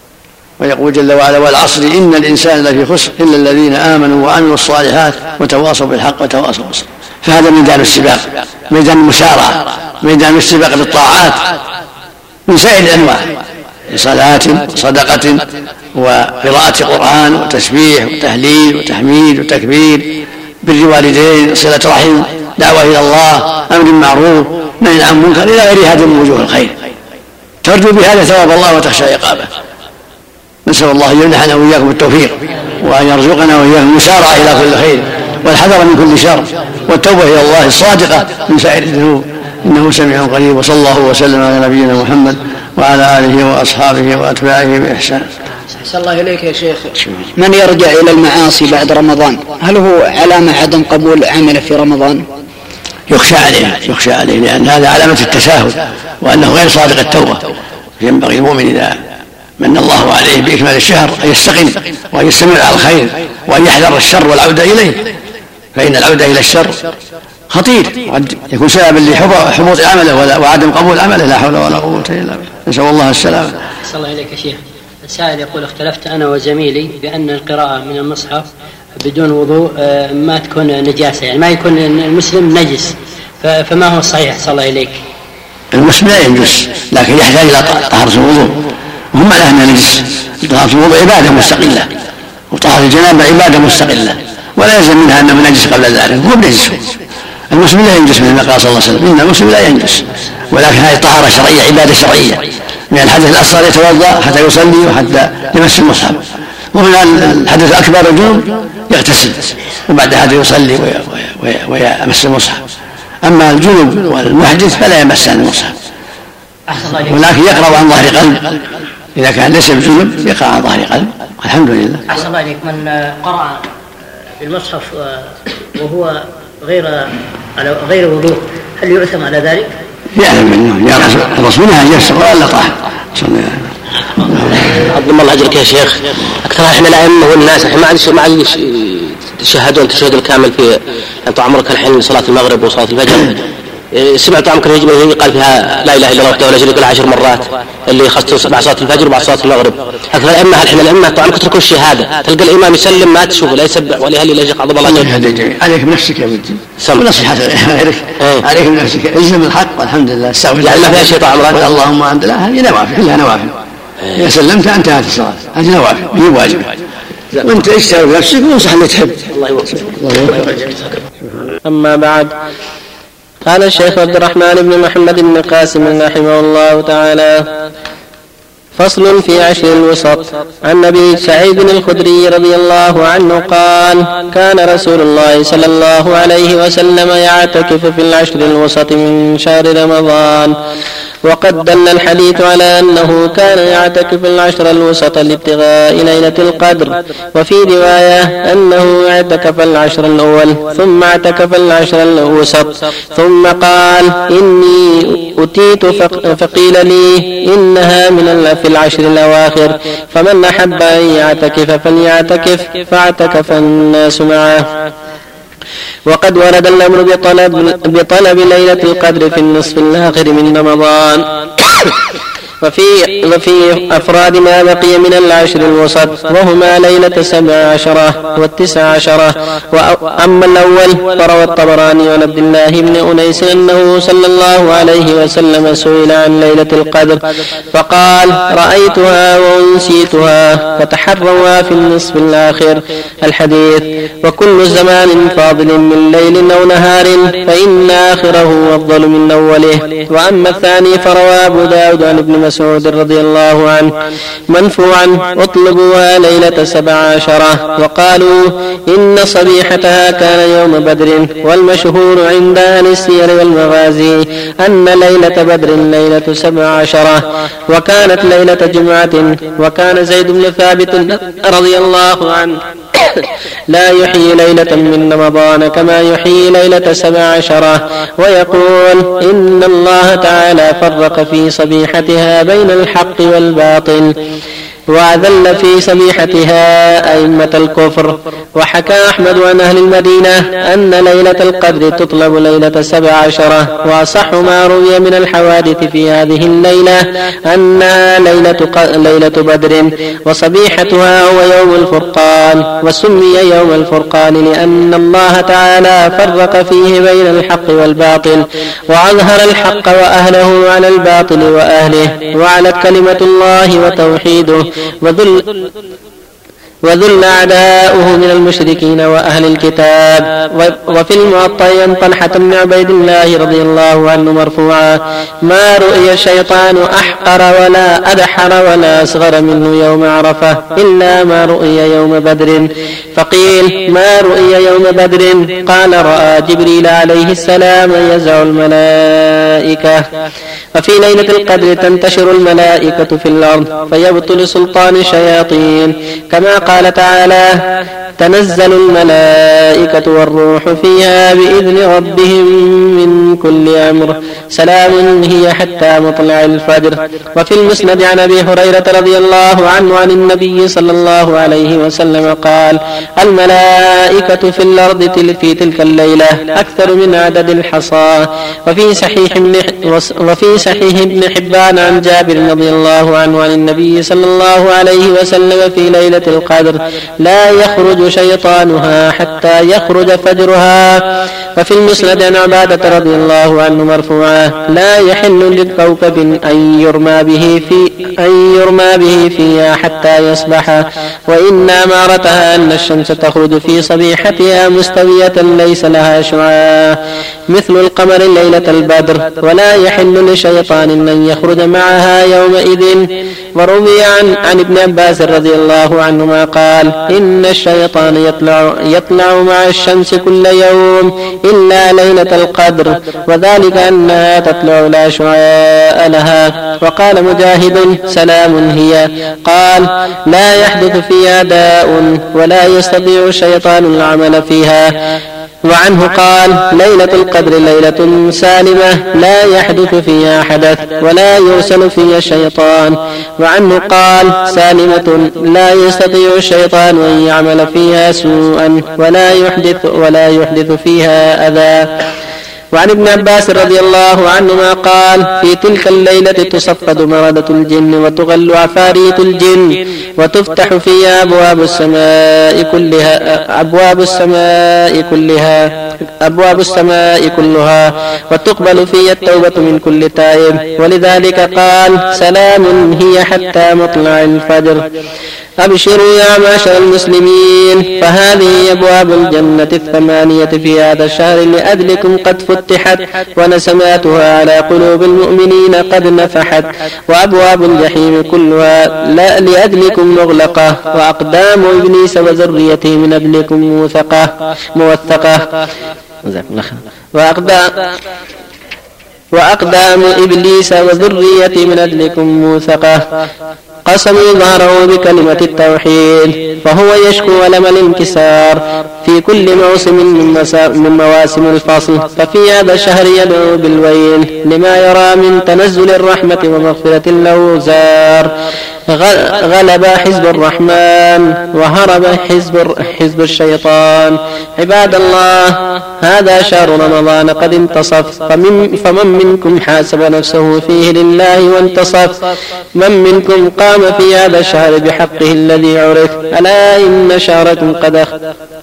ويقول جل وعلا: والعصر إن الإنسان لفي خسر إلا الذين آمنوا وعملوا الصالحات وتواصوا بالحق وتواصوا بالصبر. فهذا ميدان السباق، ميدان المسارعة، ميدان السباق بالطاعات من سائر الأنواع، صلاة وصدقة وقراءة قرآن وتسبيح وتهليل وتحميد وتكبير، بر والدين، صلة رحم، دعوة إلى الله، أمر بالمعروف، نهي عن منكر، إلى غير هذا من وجوه الخير. ترجو بهذا ثواب الله وتخشى عقابه. نسأل الله أن يمنحنا وإياكم التوفيق وأن يرزقنا وإياكم المسارعة إلى كل خير والحذر من كل شر والتوبة إلى الله الصادقة من سائر الذنوب، إنه سميع قريب. وصلى الله وسلم على نبينا محمد وعلى آله وأصحابه وأتباعه بإحسان. أحسن الله إليك يا شيخ. من يرجع إلى المعاصي بعد رمضان هل هو علامة عدم قبول عمله في رمضان؟ يخشى عليه يخشى عليه لأن هذا علامة التساهل وأنه غير صادق التوبة. ينبغي المؤمن إذا من الله عليه بإكمال الشهر أن يستقم وأن يستمر على الخير وأن يحذر الشر والعودة إليه، فإن العودة إلى الشر خطير قد يكون سببا لحبوط عمله وعدم قبول عمله. لا حول ولا قوة إلا بالله، نسأل الله السلامة. أحسن الله إليك يا شيخ. السائل يقول: اختلفت أنا وزميلي بأن القراءة من المصحف بدون وضوء ما تكون نجاسة، يعني ما يكون المسلم نجس، فما هو الصحيح؟ أحسن الله إليك. المسلم لا ينجس لكن يحتاج إلى طهارة الوضوء، وهم على أنها نجس. طهارة الوضوء عبادة مستقلة وطهارة الجنابة عبادة مستقلة، ولا يلزم منها أنه نجس قبل ذلك، هو بنجس. المسلم لا ينجس مثل ما قال صلى الله عليه وسلم: إن المسلم لا ينجس، ولكن هذه طهارة شرعية عبادة شرعية. من الحدث الأصغر يتوضأ حتى يصلي وحتى يمس المصحف، ومن الحدث الأكبر الجنوب يغتسل وبعد هذا يصلي ويمس المصحف. أما الجنوب والمحدث فلا يمس عن المصحف، ولكن يقرأ عن ظهر قلب. إذا كان ليس بجنوب يقرأ عن ظهر قلب. الحمد لله. أحسن الله إليك. من قرأ في المصحف وهو غير على غير وضوء هل يؤثم على ذلك؟ يعلم منه يا رسول الرسول نهى يسر ولا طاعة. عظم الله اجرك يا شيخ. اكثر احنا الائمه والناس الحين ما عاد ما عاد يشهدون التشهد الكامل في انت عمرك الحين صلاه المغرب وصلاه الفجر. سمعت عمرك الهجمه قال فيها لا اله الا الله وحده لا شريك له عشر مرات اللي خصته بعد صلاه الفجر وبعد صلاه المغرب. اكثر الائمه الحين الائمه طبعا يتركوا الشهاده، تلقى الامام يسلم ما تشوفه لا يسبح ولا يهلل لا يشق عظم الله اجرك. عليك بنفسك يا ولدي ونصيحه غيرك. عليك بنفسك الزم الحق والحمد لله. يعني ما فيها شيء طال عمرك. اللهم انت لا هذه نوافل كلها نوافل. اذا سلمت انتهت الصلاه هذه نوافل هي واجبه وانت اشتغل بنفسك وانصح اللي تحب. الله يوفقك. اما بعد قال الشيخ عبد الرحمن بن محمد بن قاسم رحمه الله تعالى: فصل في عشر الوسط. عن ابي سعيد الخدري رضي الله عنه قال: كان رسول الله صلى الله عليه وسلم يعتكف في العشر الوسط من شهر رمضان. وقد دل الحديث على أنه كان يعتكف العشر الوسط لابتغاء ليلة القدر. وفي رواية أنه اعتكف العشر الأول ثم اعتكف العشر الوسط ثم قال: إني أتيت فقيل لي إنها من في العشر الأواخر، فمن أحب أن يعتكف فليعتكف، فاعتكف الناس معه. وقد ورد الأمر بطلب, بطلب ليلة القدر في النصف الآخر من رمضان وفي, وفي أفراد ما بقي من العشر الوسط، وهما ليلة سبع عشرة والتسع عشرة. وأما الأول فروى الطبراني عن عبد الله بن أنيس أنه صلى الله عليه وسلم سئل عن ليلة القدر فقال: رأيتها وأنسيتها فتحروا في النصف الآخر. الحديث. وكل زمان فاضل من ليل أو نهار فإن آخره أفضل من أوله. وأما الثاني فروى أبو داود عن ابن مسعود رضي الله عنه منفوعا: اطلبوها ليلة سبع عشرة. وقالوا إن صبيحتها كان يوم بدر. والمشهور عند أهل السير والمغازي أن ليلة بدر ليلة سبع عشرة، وكانت ليلة جمعة. وكان زيد بن ثابت رضي الله عنه لا يحيي ليلة من رمضان كما يحيي ليلة سبع عشرة، ويقول: إن الله تعالى فرق في صبيحتها بين الحق والباطل وأذل في صبيحتها أئمة الكفر. وحكى أحمد عن أهل المدينة أن ليلة القدر تطلب ليلة سبع عشرة. وأصح ما روي من الحوادث في هذه الليلة أنها ليلة, ليلة بدر، وصبيحتها هو يوم الفرقان. وسمي يوم الفرقان لأن الله تعالى فرق فيه بين الحق والباطل، وأظهر الحق وأهله على الباطل وأهله، وعلت كلمة الله وتوحيده وذل وذل أعداؤه من المشركين وأهل الكتاب. وفي المعطى عن طلحة بن عبيد الله رضي الله عنه مرفوعا: ما رؤي الشيطان أحقر ولا أدحر ولا أصغر منه يوم عرفة إلا ما رؤي يوم بدر. فقيل: ما رؤي يوم بدر؟ قال: رأى جبريل عليه السلام يزع الملائكة. وفي ليلة القدر تنتشر الملائكة في الأرض فيبطل سلطان الشياطين، كما قال تعالى: تنزل الملائكة والروح فيها بإذن ربهم من كل أمر سلام هي حتى مطلع الفجر. وفي المسند عن أبي هريرة رضي الله عنه عن النبي صلى الله عليه وسلم قال: الملائكة في الأرض في تلك الليلة أكثر من عدد الحصى. وفي صحيح وفي صحيح ابن حبان عن جابر رضي الله عنه عن النبي صلى الله عليه وسلم في ليلة القدر: لا يخرج شيطانها حتى يخرج فجرها. وفي المسند عن عبادة رضي الله عنه مرفوعا: لا يحل للكوكب أن يرمى به في أن يرمى به فيها حتى يصبح. وإن أمارتها أن الشمس تخرج في صبيحتها مستوية ليس لها شعاع مثل القمر ليلة البدر، ولا يحل لشيطان أن يخرج معها يومئذ. وروي عن, عن ابن عباس رضي الله عنهما قال: إن الشيطان يطلع, يطلع مع الشمس كل يوم إلا ليلة القدر، وذلك أنها تطلع لا شعاع لها. وقال مجاهد: سلام هي. قال: لا يحدث فيها داء ولا يستطيع الشيطان العمل فيها. وعنه قال: ليلة القدر ليلة سالمة لا يحدث فيها حدث ولا يرسل فيها الشيطان. وعنه قال: سالمة لا يستطيع الشيطان أن يعمل فيها سوءا ولا يحدث ولا يحدث فيها أذى. وعن ابن عباس رضي الله عنهما قال: في تلك الليلة تصفد مردة الجن وتغل عفاريت الجن وتفتح فيها أبواب السماء كلها أبواب السماء كلها أبواب السماء كلها وتقبل فيها التوبة من كل تائب. ولذلك قال: سلام هي حتى مطلع الفجر. أبشروا يا معشر المسلمين، فهذه أبواب الجنة الثمانية في هذا الشهر لأجلكم قد فتحت، ونسماتها على قلوب المؤمنين قد نفحت، وأبواب الجحيم كلها لأجلكم مغلقة، وأقدام إبليس وذريته من أجلكم موثقة موثقة وأقدام وأقدام إبليس وذريته من أجلكم موثقة. قسموا ظهره بكلمة التوحيد، فهو يشكو ألم الانكسار في كل موسم من مواسم الفصل، ففي هذا الشهر يدعو بالويل لما يرى من تنزل الرحمة ومغفرة الأوزار. غلب حزب الرحمن وهرب حزب, حزب الشيطان. عباد الله، هذا شهر رمضان قد انتصف، فمن, فمن منكم حاسب نفسه فيه لله وانتصف، من منكم قام في هذا الشهر بحقه الذي عرف. ألا إن شهركم قد أخ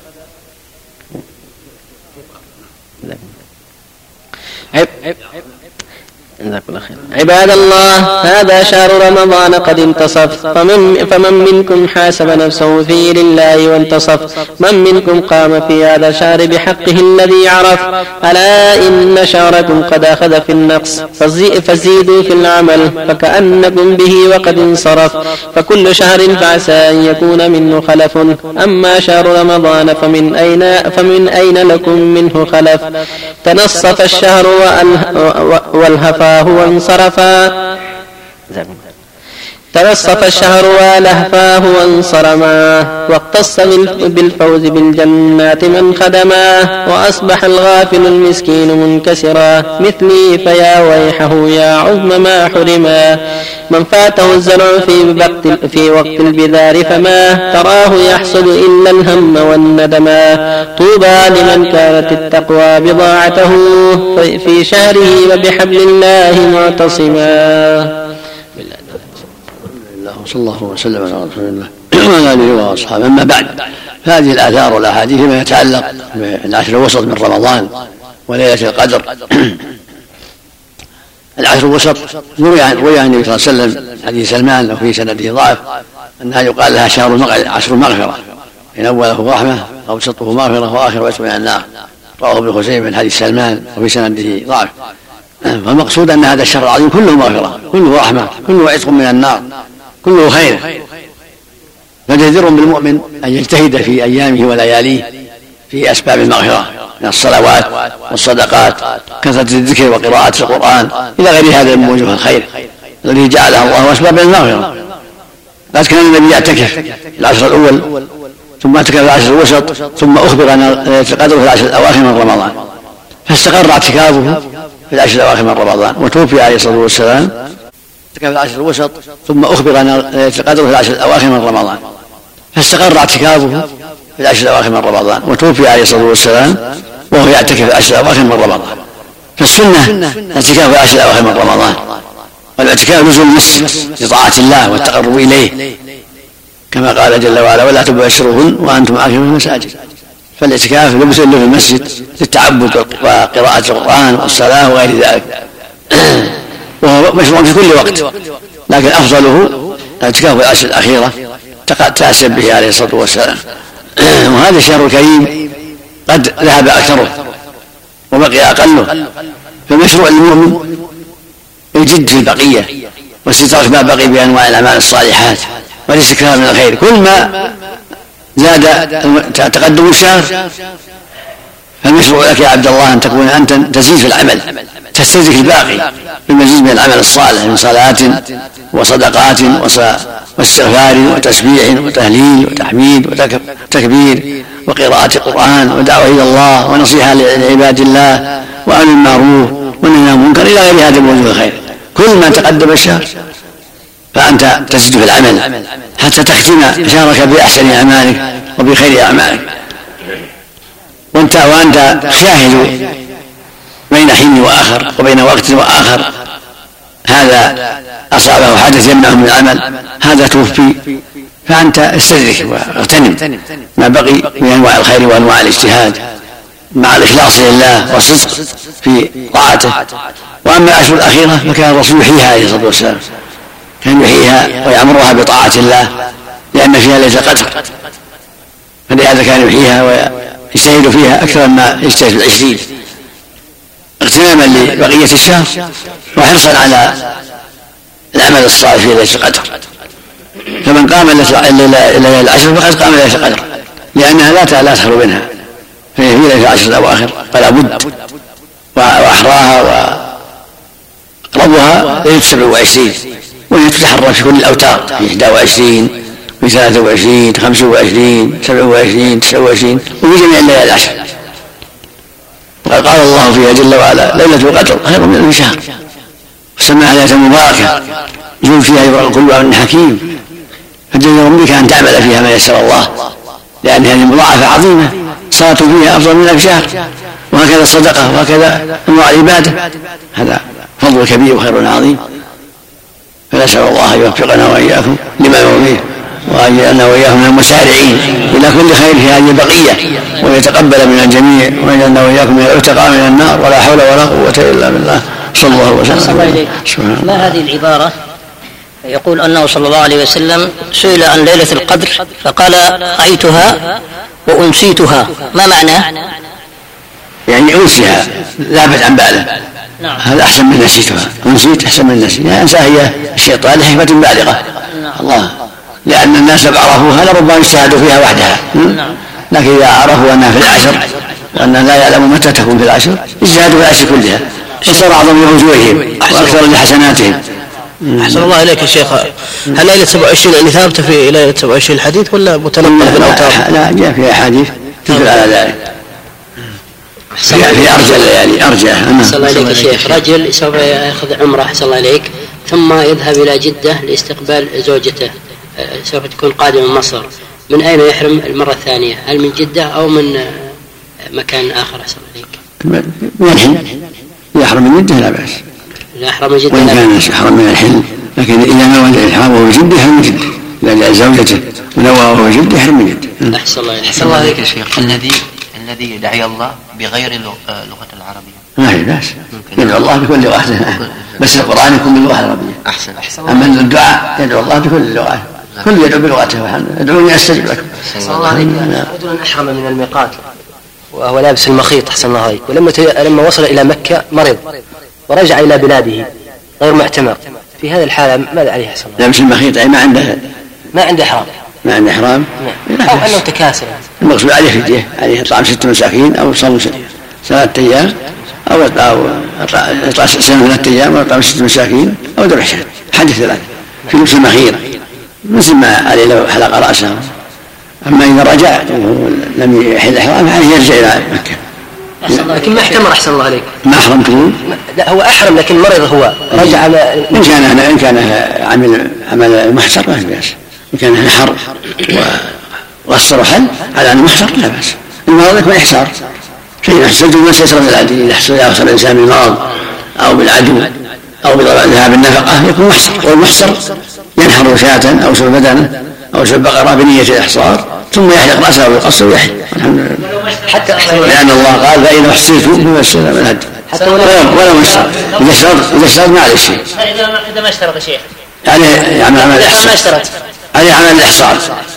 عباد الله، هذا شهر رمضان قد انتصف، فمن, فمن منكم حاسب نفسه فيه لله وانتصف، من منكم قام في هذا الشهر بحقه الذي عرف. ألا إن شهركم قد أخذ في النقص، فزيدوا في العمل فكأنكم به وقد انصرف، فكل شهر فعسى أن يكون منه خلف، أما شهر رمضان فمن أين, فمن أين لكم منه خلف. تنصف الشهر والهفا هو انصرفا تنصف الشهر ولهفاه وانصرما، واقتص بالفوز بالجنات من خدما، وأصبح الغافل المسكين منكسرا مثلي فيا ويحه يا عظم ما حرما. من فاته الزرع في وقت, في وقت البذار فما تراه يحصد إلا الهم والندما. طوبى لمن كانت التقوى بضاعته في شهره وبحبل الله معتصما. صلى الله وسلم على رسول الله وعلى آله وأصحابه. أما بعد، فهذه الآثار والأحاديث فيما يتعلق بالعشر الوسط من رمضان وليلة القدر. العشر الوسط روي عن النبي صلى الله عليه وسلم حديث سلمان وفي سنده ضعف أنها يقال لها شهر عشر المغفرة، إن أوله رحمة أوسطه مغفرة وآخر عتق من النار. رواه ابن خزيمة من حديث سلمان وفي سنده ضعف. فالمقصود أن هذا الشهر العظيم كله مغفرة، كله رحمة، كله عتق من النار، كله خير. فجدير بالمؤمن أن يجتهد في أيامه ولياليه في أسباب المغفرة من الصلوات والصدقات، كثرة الذكر وقراءة القرآن إلى غير هذا من وجوه الخير الذي جعله الله أسباب المغفرة. قد كان النبي يعتكف العشر الأول، ثم اعتكف العشر الوسط، ثم أخبر أن ليلة القدر في العشر الأواخر من رمضان، فاستقر اعتكافه في العشر الأواخر من رمضان، وتوفي عليه الصلاة والسلام اعتكف العشر الوسط، ثم أخبر أن ليلة القدر في العشر الأواخر من رمضان، فاستقر اعتكافه في العشر الأواخر من رمضان، وتوفي عليه الصلاة والسلام وهو يعتكف العشر الأواخر من رمضان. فالسنة اعتكاف العشر الأواخر من رمضان، والاعتكاف لزوم المسجد لطاعة الله والتقرب إليه، كما قال جل وعلا: ولا تباشروهن وأنتم عاكفون في المساجد. فالاعتكاف لبس له في المسجد للتعبد وقراءة القرآن والصلاة وغير ذلك، وهو مشروع في كل وقت، لكن أفضله الاعتكاف في العشر الأخيرة تأسب به عليه الصلاة والسلام. وهذا الشهر الكريم قد ذهب أكثره وبقي أقله، فالمشروع للمؤمن الجد في البقية واستدراك ما بقي بأنواع الأعمال الصالحات والاستكثار من الخير. كل ما زاد تقدم الشهر فالمشروع لك يا عبد الله أن تكون أنت تزيد في العمل تستدرك الباقي بالمزيد من العمل الصالح من صلاة وصدقات واستغفار وتسبيح وتهليل وتحميد وتكبير وقراءة قرآن ودعوة إلى الله ونصيحة لعباد الله وأمر المعروف والنهي عن المنكر إلى غير هذا من وجوه الخير. كل ما تقدم الشهر فأنت تزيد في العمل حتى تختم شهرك بأحسن أعمالك وبخير أعمالك، وأنت وأنت شاهد بين حين وآخر وبين وقت وآخر، هذا أصابه حدث يمنعه من العمل، هذا توفي، فأنت استدرك واغتنم ما بقي من أنواع الخير وأنواع الاجتهاد مع الإخلاص لله والصدق في طاعته. وأما الأشهر الأخيرة فكان الرسول يحييها عليه الصلاة والسلام، كان يحييها ويعمرها بطاعة الله لأن فيها ليلة القدر، فلهذا كان يحييها ويجتهد فيها أكثر مما يجتهد في العشرين اغتناما لبقية الشهر وحرصا على العمل الصالح في ليلة القدر. فمن قام ليلة العشر فقد قام ليلة القدر، لأنها لا لا تخلو منها، فهي في ليلة العشر الأواخر فلا بد، وأحراها وأقربها ليلة سبع وعشرين، وهي تتحرك في كل الأوتار في إحدى وعشرين في ثلاثة وعشرين خمسة وعشرين سبع وعشرين تسعة وعشرين وفي جميع الليالي العشر. وقد قال الله فيها جل وعلا: ليلة القدر خير من ألف شهر، وسماها ليلة مباركة يجوز فيها يبرأ كل أمر حكيم، فجزاهم ربك أن تعمل فيها ما يسر الله، لأن هذه مضاعفة عظيمة صلاة فيها أفضل من ألف شهر، وهكذا الصدقة وهكذا أنواع العبادة، هذا فضل كبير وخير عظيم. فنسأل الله أن يوفقنا وإياكم لما يرضيه، وأن يجعلنا وإياكم من المسارعين إلى كل خير في هذه البقية، ويتقبل من الجميع، ويجعلنا وإياكم من العتقاء من النار، ولا حول ولا قوة إلا بالله. صلى الله وسلم. ما هذه العبارة؟ يقول أنه صلى الله عليه وسلم سئل عن ليلة القدر فقال: رأيتها وأنسيتها، ما معناه؟ يعني أنسيها ذهبت عن باله، نعم. هذا أحسن من نسيتها، أنسيت أحسن من نسيت، يعني أنساها هي الشيطان لحكمة بالغة، نعم. الله، لأن الناس لو عرفوها لربما يجتهدوا فيها وحدها، نعم. لكن إذا عرفوا أنها في العشر وأنها لا يعلم متى تكون في العشر اجتهدوا في العشر كلها، وصار أعظم لوجوههم وأكثر لحسناتهم. أحسن الله إليك يا شيخ، هل ليلة سبع وعشرين اللي ثابتة في ليلة سبع وعشرين الحديث ولا متنقلة بالأوتار؟ لا، جاء في أحاديث تدل على ذلك، في أرجى الليالي أرجى. أحسن الله إليك يا شيخ، رجل سوف يأخذ عمرة أحسن الله إليك ثم يذهب إلى جدة لاستقبال زوجته، سوف تكون قادمة من مصر، من أين يحرم المرة الثانية؟ هل من جدة أو من مكان آخر؟ أحسن الله إليك. من الحل يحرم من جدة لا بأس، يحرم من جدة وإن كان يحرم من الحل، لكن إذا نوى الإحرام وهو جدة يحرم من جدة، إذا جاء زوجته ونوى وهو جدة يحرم من جدة. أحسن الله أحسن الله إليك يا شيخ، الذي الذي يدعي الله بغير اللغة العربية ما في بأس، يدعو الله بكل لغة، بس القرآن يكون باللغة العربية. أحسن. أما الدعاء يدعو الله بكل اللغات، كل يدعو بلغته، ادعوني أستجب لكم. أحسن الله عليك. رجل أحرم من الميقات وهو لابس المخيط أحسن الله عليك، ولما لما وصل إلى مكة مرض ورجع إلى بلاده غير معتمر، في هذه الحالة ماذا عليه أحسن الله؟ لابس المخيط أي ما عنده ما عنده إحرام، ما عنده إحرام، أو أنه تكاسل. المقصود عليه فدية، عليه إطعام ستة مساكين أو صوم ثلاثة أيام أو إطعام سنة ثلاثة أيام أو إطعام ستة مساكين أو ذبح شاة، حدث ثلاثة في لبس المخيط مثل ما عليه لو حلق رأسه. أما إذا رجع لم يحل إحرام فعليه يرجع إلى مكة. لكن ما احتمر أحسن الله عليك، ما أحرم تقول؟ لا هو أحرم لكن مرض، هو رجع على إن كان إن كان عمل عمل محصر ما في بأس، إن كان نحر وقصر وحل على أنه محصر لا بأس. المرض يكون إحصار، شيء يحصل ما سيسر من العدو، إذا يحصل الإنسان بالمرض أو بالعدو أو بذهاب النفقة يكون محصر، والمحصر ينحر شاة أو سل بدنه أو سل بقرة بنية الإحصار ثم يحلق رأسه بالقصر ويحل، الحمد لله، حتى لأن الله قال: فإذا احصرتم فما استيسر من الهدي، ولا محصر إذا اشترط إذا اشترط ما عليه شيء. إذا ما اشترط يا شيخ يعني يعمل عمل الإحصار، عليه عمل الإحصار،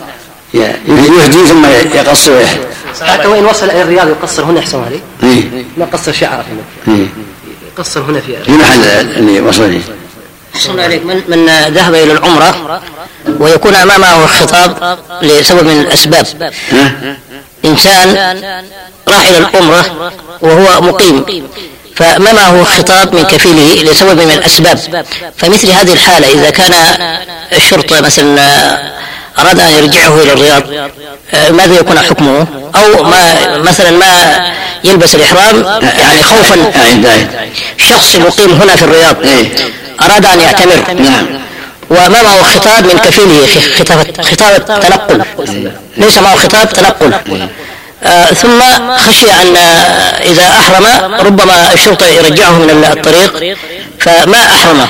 يهدي ثم يقصر ويحل. حتى وإن وصل إلى الرياض يقصر هنا أحسن عليه، ما قصر شعره هنا، يقصر هنا في في محل اللي وصل فيه. أحسن عليك. من, من ذهب إلى العمرة ويكون أمامه خطاب لسبب من الأسباب، إنسان راح إلى العمرة وهو مقيم فما معه خطاب من كفيله لسبب من الأسباب، فمثل هذه الحالة إذا كان الشرطة مثلا أراد أن يرجعه إلى الرياض ماذا يكون حكمه؟ أو ما مثلا ما يلبس الإحرام يعني خوفا، شخص مقيم هنا في الرياض أراد أن يعتمر وما معه خطاب من كفيله، خطاب تنقل، ليس معه خطاب تنقل، آه ثم خشي أن إذا أحرم ربما الشرطة يرجعه من الطريق فما أحرمه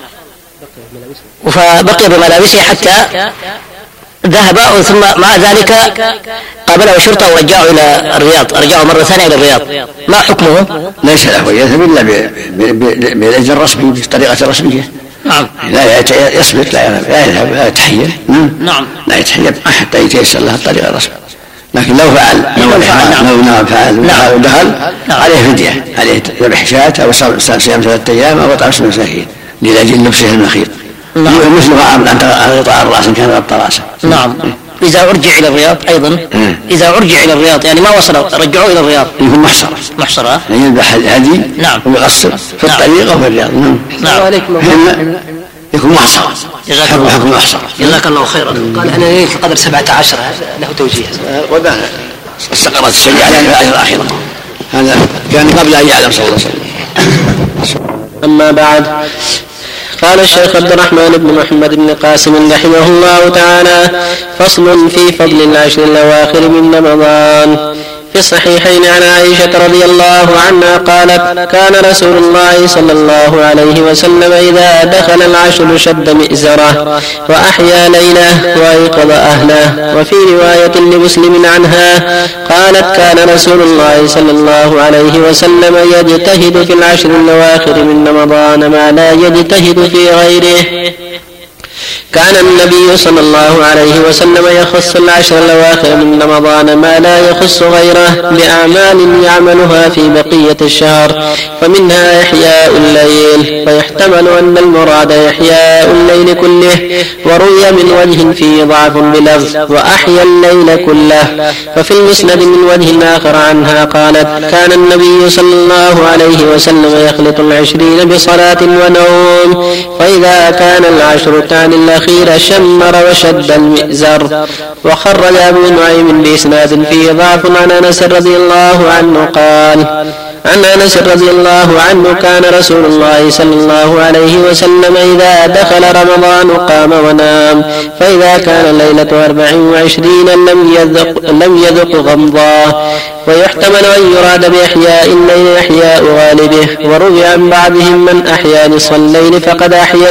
فبقي بملابسه حتى ذهب، ثم مع ذلك قابله الشرطة ورجعه إلى الرياض، رجعه مرة ثانية إلى الرياض، ما حكمه؟ ليس له يذهب إلا بالأجر الرسمي بالطريقة الرسمية. نعم. لا يثبت، لا يذهب، لا يتحيل. نعم. لا يتحيل حتى يتيسر له الطريقة الرسمية. لكن لو فعل لو فعل لو نعم فعل ودخل عليه فدية، عليه ذبح شاة أو صيام ثلاثة أيام أو إطعام مساكين لأجل لبسه المخيط. نعم. مثل عن غطاء الرأس إن كان غطى رأسه. نعم. إذا أرجع إلى الرياض أيضا م. إذا أرجع إلى الرياض يعني ما وصل رجعوا إلى الرياض يكون محصرة محصرة يعني يذبح هدي. نعم. ويقصر في نعم. الطريق وفي الرياض. نعم. نعم. يكون محصرة. جزاك الله حكم محصرة. جزاك الله خيرا. قال أنا ليلة القدر سبعة عشر له توجيه. وبه استقرت الشريعة على في الآخرة. هذا كان قبل أن يعلم صلى الله عليه وسلم. أما بعد، قال الشيخ عبد الرحمن بن محمد بن قاسم رحمه الله تعالى: فصل في فضل العشر الأواخر من رمضان. في الصحيحين عن عائشة رضي الله عنها قالت: كان رسول الله صلى الله عليه وسلم إذا دخل العشر شد مئزره وأحيا ليله وأيقظ أهله. وفي رواية لمسلم عنها قالت: كان رسول الله صلى الله عليه وسلم يجتهد في العشر الأواخر من رمضان ما لا يجتهد في غيره. كان النبي صلى الله عليه وسلم يخص العشر الأواخر من رمضان ما لا يخص غيره بأعمال يعملها في بقية الشهر، فمنها إحياء الليل، فيحتمل أن المراد إحياء الليل كله، وروي من وجه فيه ضعف بلفظ وأحيا الليل كله. ففي المسند من وجه آخر عنها قالت: كان النبي صلى الله عليه وسلم يخلط العشرين بصلاة ونوم، فإذا كان العشر الثاني الأخير شمر وشد المئزر. وخرج أبو نعيم بإسناد فيه ضعف عن أنس رضي الله عنه قال: عن أنس رضي الله عنه: كان رسول الله صلى الله عليه وسلم إذا دخل رمضان قام ونام، فإذا كان ليلة أربع وعشرين لم يذق, لم يذق غمضا. ويحتمل أن يراد بإحياء الليل إحياء غالبه، وروي عن بعضهم: من أحيا نصف الليل فقد أحيا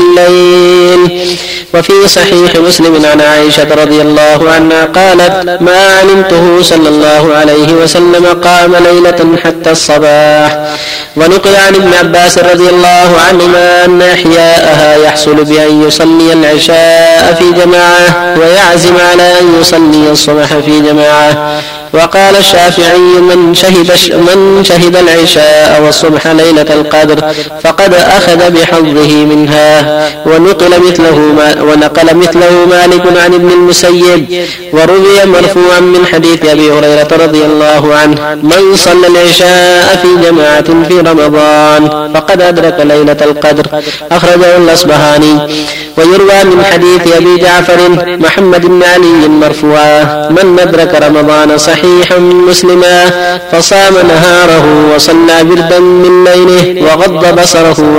الليل. وفي صحيح مسلم عن عائشة رضي الله عنها قالت: ما علمته صلى الله عليه وسلم قام ليلة حتى الصباح. ونقل عن ابن عباس رضي الله عنهما أن إحياءها يحصل بأن يصلي العشاء في جماعة ويعزم على أن يصلي الصبح في جماعة. وقال الشافعي: من شهد, من شهد العشاء والصبح ليلة القدر فقد أخذ بحظه منها. ونقل مثله ما ونقل مثله مالك عن ابن المسيب. وروي مرفوعا من حديث أبي هريرة رضي الله عنه: من صلى العشاء في جماعة في رمضان فقد أدرك ليلة القدر، أخرجه الأصبهاني. ويروى من حديث أبي جعفر محمد بن علي مرفوعا: من أدرك رمضان صحيحا مسلما فصام نهاره وصلى بردا من ليله وغض بصره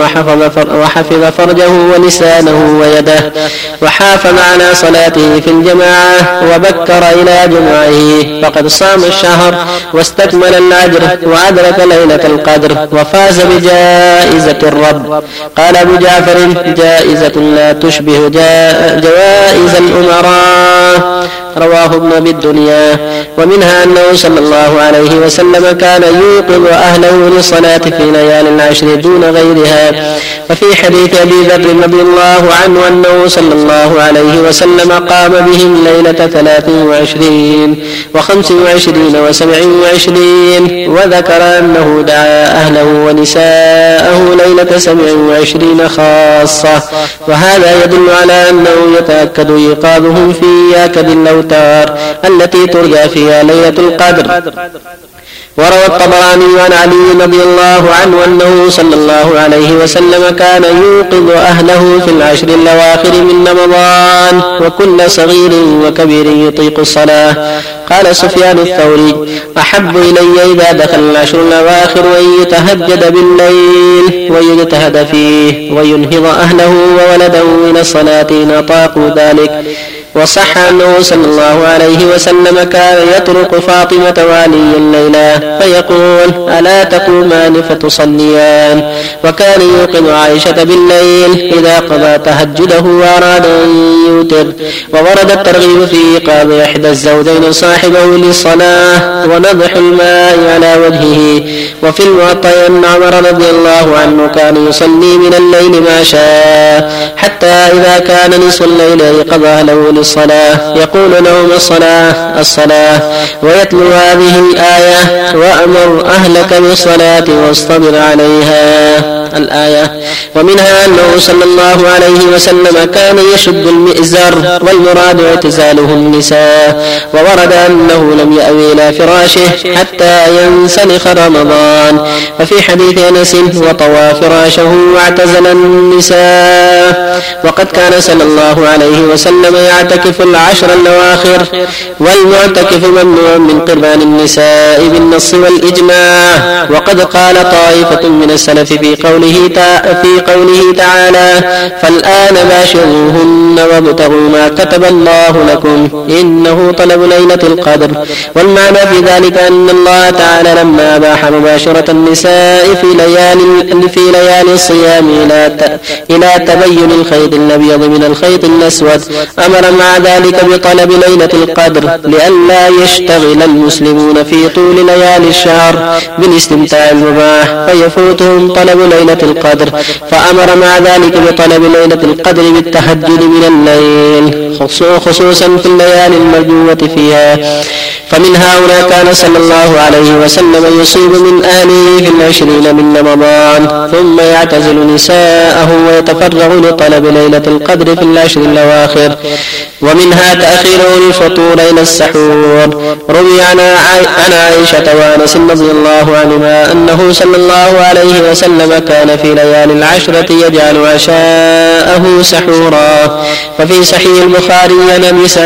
وحفظ فرجه ولسانه ويده وحافظ على صلاته في الجماعة وبكر إلى جمعه فقد صام الشهر واستكمل الأجر وأدرك ليلة القدر وفاز بجائزة الرب. قال أبو جعفر: جائزة لا تشبه جوائز الأمراء. رواه ابن أبي الدنيا. ومنها أنه صلى الله عليه وسلم كان يوقظ أهله للصلاة في ليالي العشر دون غيرها. وفي حديث أبي ذر رضي الله عنه أنه صلى الله عليه وسلم قام بهم ليلة ثلاث وعشرين وخمس وعشرين وسبع وعشرين. وذكر أنه دعا أهله ونساءه ليلة سبع وعشرين خاصة، وهذا يدل على أنه يتأكد إيقاظهم في آكد الأوتار التي ترجى فيها ليلة القدر. وروى الطبراني عن علي رضي الله عنه أنه صلى الله عليه وسلم كان يوقظ أهله في العشر الأواخر من رمضان وكل صغير وكبير يطيق الصلاة. قال سفيان الثوري: أحب إلي إذا دخل العشر الأواخر أن يتهجد بالليل ويجتهد فيه وينهض أهله وولده إلى الصلاة إن أطاقوا ذلك. وصح أنه صلى الله عليه وسلم كان يطرق فاطمة وعلي الليلة فيقول: ألا تقومان فتصليان؟ وكان يوقظ عائشة بالليل إذا قضى تهجده وأراد أن يوتر. وورد الترغيب في إيقاظ إحدى الزوجين صاحبه للصلاة ونضح الماء على وجهه. وفي الموطأ أن عمر رضي الله عنه كان يصلي من الليل ما شاء حتى إذا كان نصف الليل أيقظ أهله للصلاة يقول لهم: الصلاة الصلاة، ويتلو هذه الآية: وأمر أهلك بالصلاة واصطبر عليها الآية. ومنها أنه صلى الله عليه وسلم كان يشد المئزر والمراد اعتزاله النساء. وورد أنه لم يأوي إلى فراشه حتى ينسلخ رمضان. وفي حديث أنس: وطوى فراشه واعتزل النساء. وقد كان صلى الله عليه وسلم يعتكف العشر الأواخر، والمعتكف ممنوع من قربان النساء بالنص والإجماع. وقد قال طائفة من السلف في قوله في قوله تعالى: فالآن باشروهن وابتغوا ما كتب الله لكم إنه طلب ليلة القدر. والمعنى في ذلك أن الله تعالى لما أباح مباشرة النساء في ليالي في ليالي الصيام إلى تبين الخيط الأبيض من الخيط الأسود أمر مع ذلك بطلب ليلة القدر لئلا يشتغل المسلمون في طول ليالي الشهر بالاستمتاع المباح فيفوتهم طلب ليلة القدر، فأمر مع ذلك بطلب ليلة القدر بالتهجد من الليل خصوصا في الليالي المرجوة فيها. فمن هؤلاء كان صلى الله عليه وسلم يصيب من أهله في العشرين من رمضان ثم يعتزل نساءه ويتفرغ لطلب ليلة القدر في العشر الأواخر. ومنها تأخيره الفطور إلى السحور. روي عن عائشة وأنس رضي الله عنهما أنه صلى الله عليه وسلم كان في ليالي العشرة يجعل عشاءه سحورا. وفي صحيح البخاري عن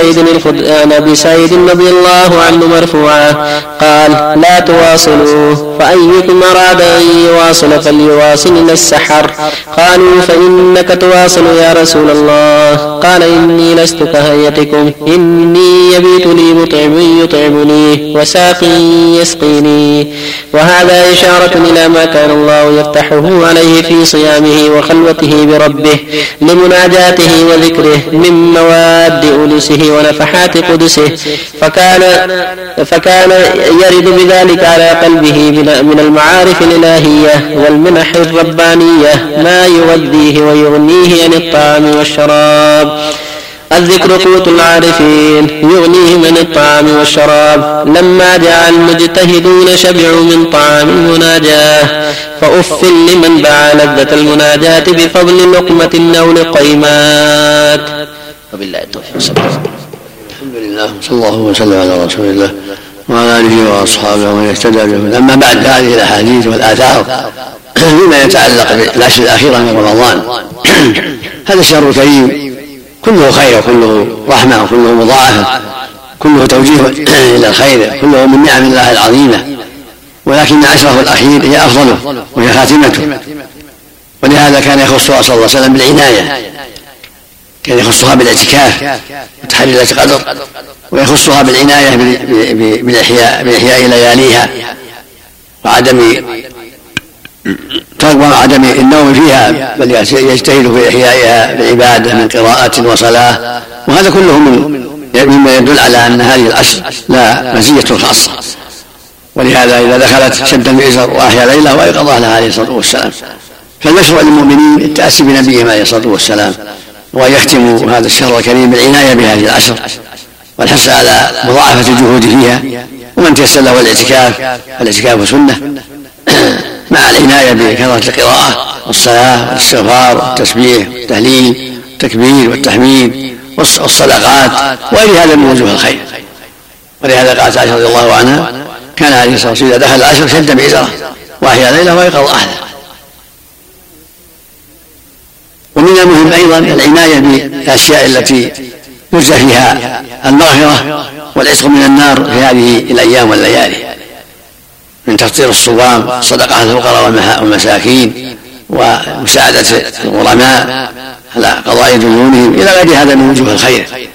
أبي سعيد رضي الله عنه مرفوعا قال: لا تواصلوا، فأيكم أراد أن يواصل فليواصل إلى السحر. قالوا: فإنك تواصل يا رسول الله. قال: إني لست كهيئتكم، إني يبيت لي مطعم يطعمني وساقي يسقيني. وهذا إشارة إلى ما كان الله يفتحه عليه في صيامه وخلوته بربه لمناجاته وذكره من مواد أنسه ونفحات قدسه، فكان فكان يرد بذلك على قلبه من المعارف الإلهية والمنح الربانية ما يغذيه ويغنيه عن الطعام والشراب. الذكر قوت العارفين يغنيهم من الطعام والشراب. لما جاء المجتهدون شبعوا من طعام المناجاة، فأف لمن باع لذة المناجاة بفضل لقمة أو لقيمات. وبالله التوفيق. الحمد لله صلى الله وسلم على رسول الله وعلى آله وأصحابه ومن اهتدى بهداه. أما بعد، هذه الأحاديث والآثار فيما يتعلق بالعشر الأخيرة من رمضان. هذا الشهر الكريم كله خير وكله رحمة وكله مضاعفة، كله توجيه إلى الخير، كله من نعم الله العظيمة، ولكن عشره الأخير هي أفضله وهي خاتمته. ولهذا كان يخصها صلى الله عليه وسلم بالعناية، كان يخصها بالاعتكاف وتحري ليلة القدر، ويخصها بالعناية بالإحياء بإحياء لياليها وعدم ترك عدم النوم فيها، بل يجتهد في إحيائها بعبادة من قراءة وصلاة. وهذا كله من مما يدل على أن هذه العشر لا مزية خاصة. ولهذا إذا دخلت شد المئزر وأحيا ليلة وأيقظ أهلها عليه الصلاة والسلام. فالمشروع للمؤمنين التأسي بنبيهم عليه الصلاة والسلام، وأن يختموا هذا الشهر الكريم بالعناية بهذه العشر والحرص على مضاعفة الجهود فيها. ومن تيسر له الاعتكاف فالاعتكاف سنة مع العناية بكثرة القراءة والصلاة والاستغفار والتسبيح والتهليل والتكبير والتحميد والصدقات وغير هذا من وجوه الخير. ولهذا قالت عائشة رضي الله عنها: كان عليه الصلاة والسلام إذا دخل العشر شد بإزاره وأحيا ليله ويقظ أهله. ومن المهم أيضا العناية بالأشياء التي يرجى فيها المغفرة والعتق من النار في هذه الأيام والليالي، من تفطير الصوام، صدقة على الفقراء والمساكين، ومساعدة الغرماء على قضاء ديونهم، إلى غير هذا من وجوه الخير.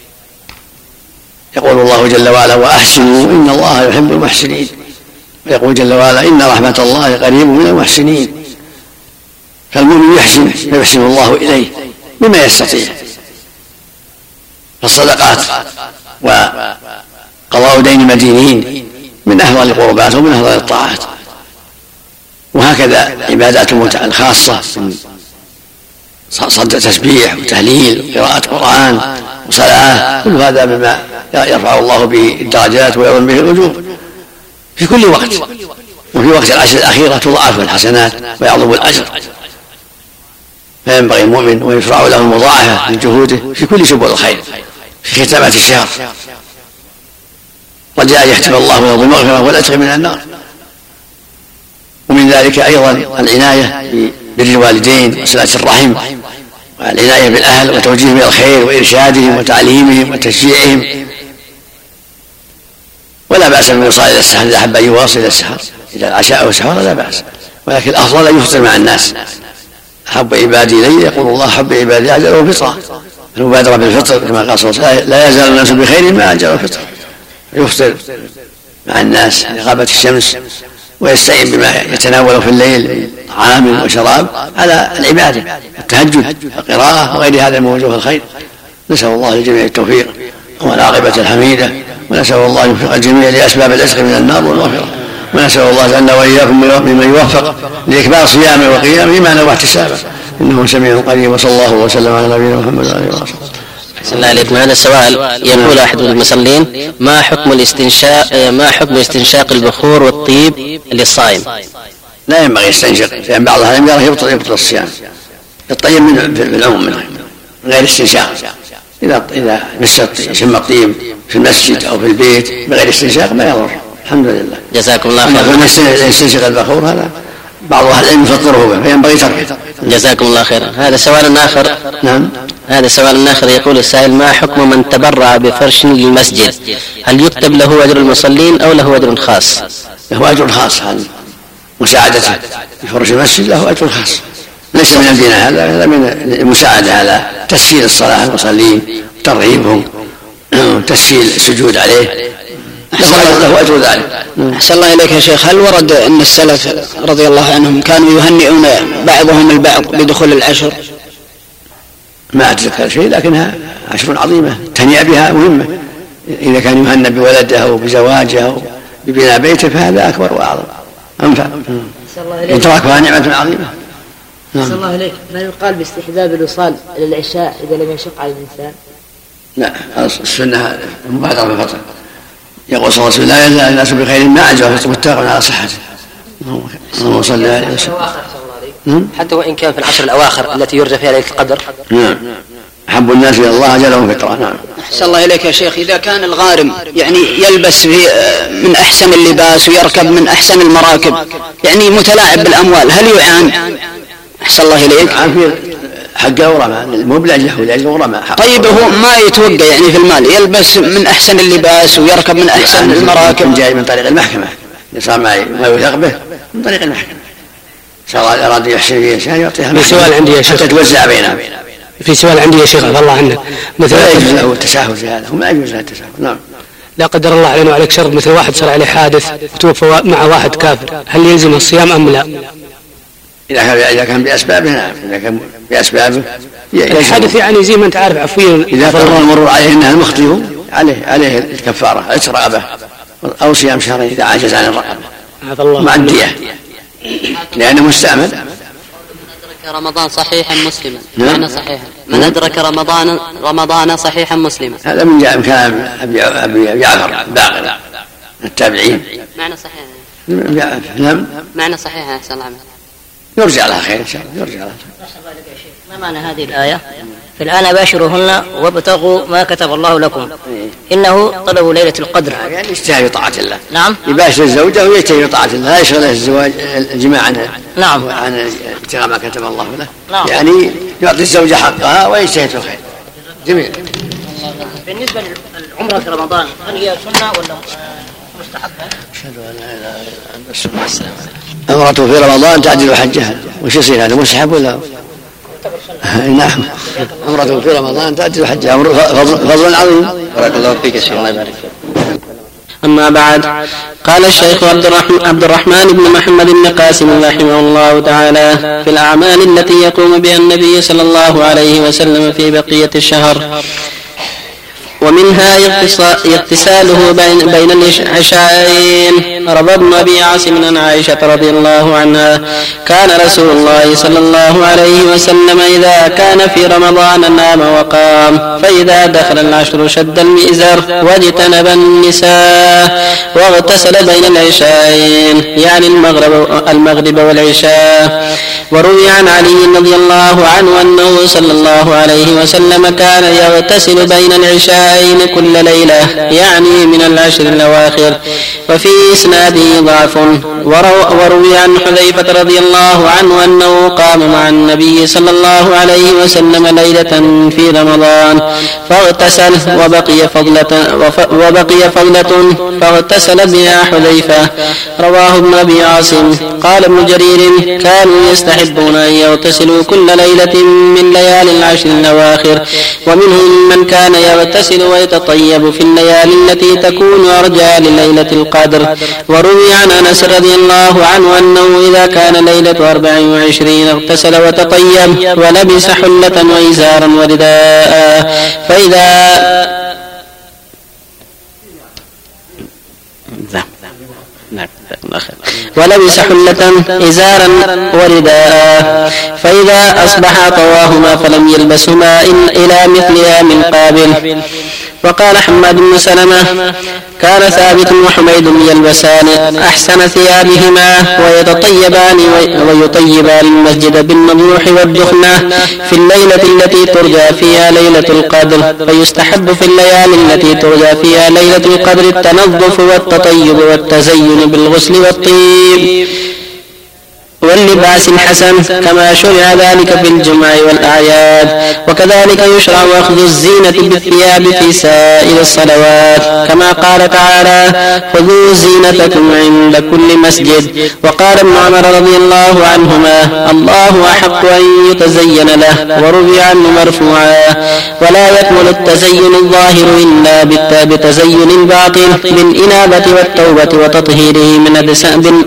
يقول الله جل وعلا: وأحسنوا إن الله يحب المحسنين. ويقول جل وعلا: إن رحمة الله قريب من المحسنين. فالمؤمن يحسن فيحسن الله إليه بما يستطيع. فالصدقات وقضاء دين مدينين من أفضل القربات ومن أفضل الطاعات. وهكذا عبادات الخاصة صد تسبيح وتهليل وقراءة قرآن وصلاة، كل هذا بما يرفع الله به الدرجات ويظن به الأجور في كل وقت. وفي وقت العشر الأخيرة تضاعف الحسنات ويعظم الأجر، فينبغي المؤمن ويشرع له المضاعفة من جهوده في كل سبل الخير في ختامة الشهر، رجاء يختم الله له بالمغفرة والعتق من النار. ومن ذلك أيضا العناية ببر الوالدين وصلة الرحم، والعناية بالأهل وتوجيههم إلى الخير وإرشادهم وتعليمهم وتشجيعهم. ولا بأس من الوصال إلى السحر إذا أحب أن يواصل إلى السحر، إلى العشاء والسحر لا بأس، ولكن الأفضل أن يفطر مع الناس. أحب عبادي إلي، يقول الله: حب عبادي أجل فطرة. المبادرة بالفطر كما قال صلى الله عليه وسلم: لا يزال الناس بخير ما أجل الفطر. يفطر مع الناس لغابة الشمس، ويستعين بما يتناول في الليل طعام وشراب على العبادة، التهجد، القراءة، وغير هذا من وجوه الخير. نسأل الله للجميع التوفيق والعاقبة الحميدة، ونسأل الله أن يوفق الجميع لأسباب العتق من النار والمغفرة، ونسأل الله جل وإياكم ممن يوفق لإكمال صيامه وقيامه إيمانا واحتسابا، إنه سميع قريب. وصلى الله وسلم على نبينا محمد وعلى آله وصحبه. أحسن الله عليكم. هذا السؤال يقول أحد المصلين: ما حكم الاستنشاق ما حكم استنشاق البخور والطيب للصائم؟ لا ينبغي يستنشق، لأن بعض أهل العلم يبطل يبطل الصيام. الطيب من بالعموم منه من غير استنشاق. إذا إذا مس شم الطيب في المسجد أو في البيت بغير استنشاق ما يضر، الحمد لله. جزاكم الله خيرا. أما يستنشق البخور هذا بعض أهل العلم يفطره به، فينبغي تركه. جزاكم الله خيرا. هذا سؤال آخر. نعم. هذا سؤال آخر يقول السائل: ما حكم من تبرع بفرش للمسجد؟ هل يكتب له أجر المصلين أو له أجر خاص؟ له أجر خاص عن مساعدته بفرش المسجد، له أجر خاص، ليس من البناء، هذا من المساعدة على تسهيل الصلاة المصلين، ترغيبهم، تسهيل السجود عليه، له أجر ذلك. أحسن الله إليك يا شيخ، هل ورد أن السلف رضي الله عنهم كانوا يهنئون بعضهم البعض بدخول العشر؟ ما أتذكر شيء، لكنها عشر عظيمة تهنئ بها مهمة. إذا كان يهنى بولده أو بزواجه أو ببناء بيته فهذا أكبر وأعظم أنفع. إن تركها نعمة عظيمة. أحسن الله إليك. ما يقال باستحباب الوصال إلى العشاء إذا لم يشق على الإنسان؟ لا، السنة المبادرة بالفطر. يقول صلى الله عليه وسلم: لا يزال الناس بخير ما عجل الفطر، متفق على صحته. اللهم صل عليه وسلم. حتى وإن كان في العشر الأواخر التي يرجى فيها ليلة القدر. نعم. أحب الناس إلى الله أجلهم فطرة. نعم. أحسن الله إليك يا شيخ، إذا كان الغارم يعني يلبس في من أحسن اللباس ويركب من أحسن المراكب، يعني متلاعب بالأموال، هل يعان؟ أحسن الله إليك. حق غرماء، مو بلجه ولأجل غرماء. طيب هو ما يتوقع يعني في المال، يلبس من أحسن اللباس ويركب من أحسن المراكب، جاي من طريق المحكمة، يصاب ما يوثق به من طريق المحكمة. سواء أراد يحسن فيه إنسان يعطيها في سؤال عندي يا شيخ، حتى توزع بينهم. في سؤال عندي يا شيخ عفى الله عنك، مثل لا يجوز له التساهل في هذا، وما يجوز له التساهل. نعم. لا قدر الله علينا وعليك شر، مثل واحد صار عليه حادث وتوفى مع واحد كافر، هل يلزم الصيام أم لا؟ إذا كان إذا كان بأسبابه نعم، إذا كان بأسبابه الحدث يعني زي ما أنت عارف عفويا. إذا قرر المرور عليه أنها المخطئ عليه عليه الكفارة، عتق رقبة أو صيام شهرين إذا عجز عن الرقبة مع الدية، لأنه مستعمل. من أدرك رمضان صحيحا مسلما. معنى صحيحا من أدرك رمضان رمضان صحيحا مسلما. هذا من جاء كلام أبي جعفر باقر التابعين. معنى صحيح. نعم. معنى صحيح. أحسن الله. يرجع لها خير إن شاء الله، يرجع لها. ما معنى هذه الآية فالآن باشروهن وابتغوا ما كتب الله لكم إنه طلب ليلة القدر، يعني يجتهد في طاعة الله. نعم. يباشر الزوجة ويجتهد في طاعة الله، لا يشغله الزواج الجماع عن نعم عن ابتغاء ما كتب الله له. نعم. يعني يعطي الزوجة حقها ويجتهد في الخير. جميل. بالنسبة للعمرة في رمضان هل هي سنة ولا مستحبة؟ أشهد أن لا إله إلا أنت السنة والسلام. عمرته في رمضان تعدل حجها، وش يصير هذا مستحب ولا؟ نعم. عمرته في رمضان تعدل حجها، فضل عظيم. بارك الله فيك يا شيخ، الله يبارك فيك. أما بعد، قال الشيخ عبد الرحمن, عبد الرحمن بن محمد بن قاسم رحمه الله تعالى في الأعمال التي يقوم بها النبي صلى الله عليه وسلم في بقية الشهر، ومنها اغتساله بين, بين العشاءين. روى ابن أبي عاصم عن عائشة رضي الله عنها كان رسول الله صلى الله عليه وسلم إذا كان في رمضان نام وقام، فإذا دخل العشر شد المئزر واجتنب النساء واغتسل بين العشاءين، يعني المغرب, المغرب والعشاء. وروي عن علي رضي الله عنه أنه صلى الله عليه وسلم كان يغتسل بين العشاء كل ليلة، يعني من العشر الأواخر. وفي إسناده ضعف. وروي عن حذيفة رضي الله عنه أنه قام مع النبي صلى الله عليه وسلم ليلة في رمضان فاغتسل وبقي فضلة, وبقي فضلة فاغتسل بها حذيفة. رواه ابن أبي عاصم. قال ابن جرير كانوا يستحبون أن يغتسلوا كل ليلة من ليالي العشر الأواخر، ومنهم من كان يغتسل ويتطيب في الليالي التي تكون أرجى لليلة القدر. وروي عن أنس رضي الله عنه أنه إذا كان ليلة أربع وعشرين اغتسل وتطيب ولبس حلة وإزارا ورداء، فإذا ولبس حلة إزارا ورداء، فإذا أصبح طواهما فلم يلبسهما إلى مثلها من قابل. وقال حماد بن سلمة كان ثابت وحميد يلبسان أحسن ثيابهما ويتطيبان ويطيبان المسجد بالمضروح والدخنة في الليلة التي ترجى فيها ليلة القدر. فيستحب في الليالي التي ترجى فيها ليلة القدر التنظف والتطيب والتزين بالغسل والطيب واللباس الحسن، كما شرع ذلك في الجمع والأعياد. وكذلك يشرع أخذ الزينة بالثياب في سائر الصلوات، كما قال تعالى خذوا زينتكم عند كل مسجد. وقال ابن عمر رضي الله عنهما الله أحق أن يتزين له. وروي عنه مرفوعا ولا يكمل التزين الظاهر إلا بتزين الباطن بالإنابة والتوبة وتطهيره من أدسان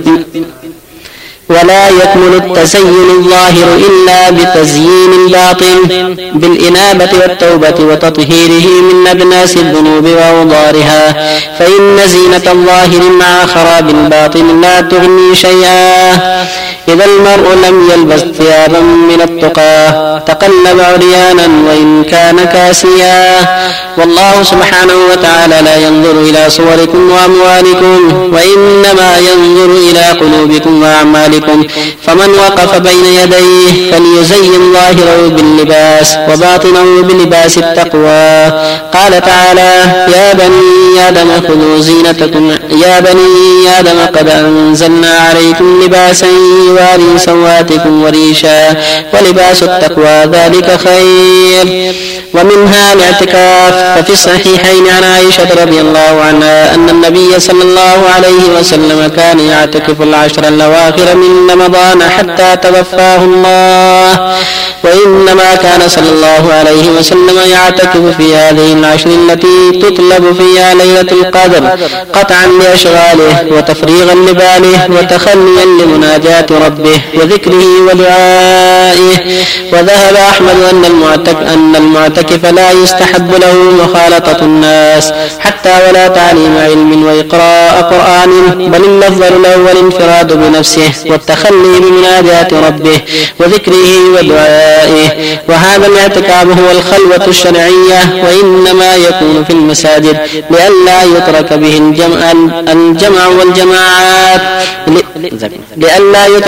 ولا يكمل التزين الظاهر إلا بتزيين الباطن بالإنابة والتوبة وتطهيره من أدناس الذنوب وأوضارها، فإن زينة الظاهر مع خراب الباطن لا تغني شيئا. إذا المرء لم يلبس ثيابا من التقى تقلب عريانا وإن كان كاسيا. والله سبحانه وتعالى لا ينظر إلى صوركم وأموالكم وإنما ينظر إلى قلوبكم وأعمالكم. فمن وقف بين يديه فليزين ظاهره باللباس وباطنه بلباس التقوى. قال تعالى يا بني آدم خذوا زينتكم يا بني آدم قد أنزلنا عليكم لباسا يواري سواتكم وريشا ولباس التقوى ذلك خير. ومنها الاعتكاف. ففي الصحيحين عن عائشة رضي الله عنها أن النبي صلى الله عليه وسلم كان يعتكف العشر الأواخر من رمضان حتى توفاه الله، وإنما كان صلى الله عليه وسلم يعتكف في هذه العشر التي تطلب فيها ليلة القدر قطعا لأشغاله وتفريغا لباله وتخليا لمناجاة ربه وذكره ودعائه. وذهب أحمد أن المعتكف, أن المعتكف لا يستحب له مخالطة الناس حتى ولا تعليم علم وإقراء قرآن، بل الأفضل له والانفراد بنفسه والتخلي بمناجاة ربه وذكره ودعائه. وهذا الاعتكاف هو الخلوة الشرعية، وإنما يكون في المساجد لئلا يترك به الجمع, الجمع والجماعات لئلا يترك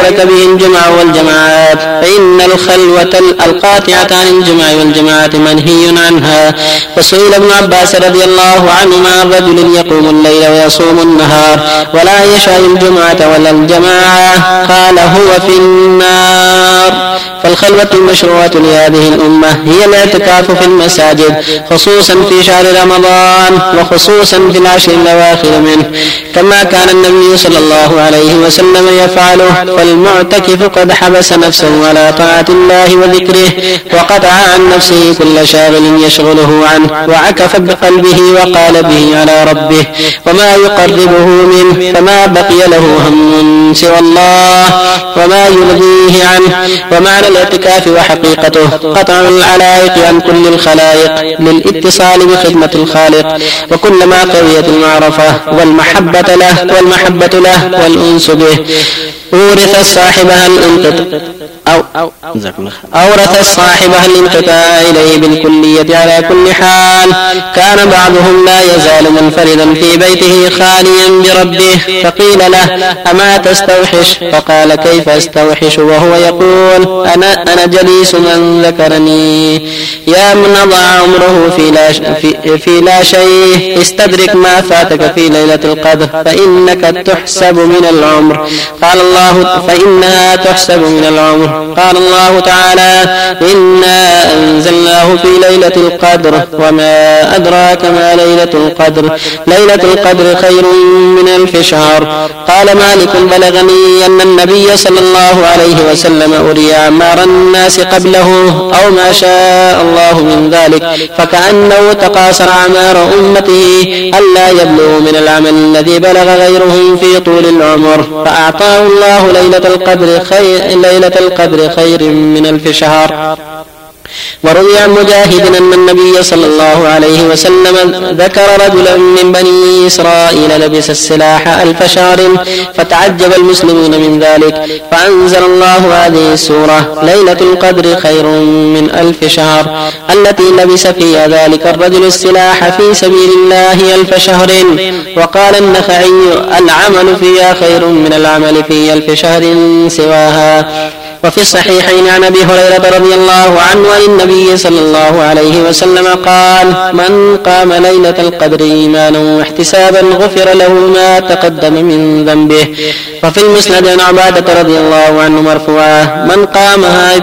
يترك به الجمع والجماعات، فإن الخلوة القاطعة عن الجمع والجماعة منهي عنها. فسئل ابن عباس رضي الله عنهما عن رجل يقوم الليل ويصوم النهار ولا يشاء الجمعة ولا الجماعة، قال هو في النار. فالخلوة المشروعة لهذه الأمة هي الاعتكاف في المساجد، خصوصا في شهر رمضان وخصوصا في العشر الأواخر منه، كما كان النبي صلى الله عليه وسلم يفعله. فالمعتكف قد حبس نفسه على طاعة الله وذكره، وقطع عن نفسه كل شاغل يشغله عنه، وعكف بقلبه وقالبه على ربه وما يقربه منه، فما بقي له هم سوى الله وما يلغيه عنه. ومعنى الاعتكاف وحقيقته قطع العلائق عن كل الخلائق للاتصال بخدمة الخالق، وكلما قويت المعرفة والمحبة له والمحبة له والأنس به أورث صاحبها الانقطاع أو أورث صاحبها الانقطاع إليه بالكلية على كل حال. كان بعضهم لا يزال منفردا في بيته خاليا بربه، فقيل له أما تستوحش؟ فقال كيف أستوحش وهو يقول أنا, أنا جليس من ذكرني. يا من أضاع عمره في لا, في, في لا شيء، استدرك ما فاتك في ليلة القدر فإنك تحسب من العمر. قال الله فإنها تحسب من العمر. قال الله تعالى إنا أنزلناه في ليلة القدر وما أدراك ما ليلة القدر، ليلة القدر خير من ألف شهر. قال مالك بلغني أن النبي صلى الله عليه وسلم أري أعمار الناس قبله أو ما شاء الله من ذلك، فكأنه تقاصر أعمار أمته ألا يبلغوا من العمل الذي بلغ غيرهم في طول العمر، فأعطاه الله ليلة القدر خير, ليلة القدر خير من ألف شهر. وروي عن مجاهد أن النبي صلى الله عليه وسلم ذكر رجلا من بني إسرائيل لبس السلاح ألف شهر، فتعجب المسلمون من ذلك، فأنزل الله هذه السورة ليلة القدر خير من ألف شهر، التي لبس فيها ذلك الرجل السلاح في سبيل الله ألف شهر. وقال النخعي العمل فيها خير من العمل في ألف شهر سواها. وفي الصحيحين عن أبي هريرة رضي الله عنه عن النبي صلى الله عليه وسلم قال من قام ليلة القدر إيمانا واحتسابا غفر له ما تقدم من ذنبه. وفي المسند عن عبادة رضي الله عنه مرفوعا من قامها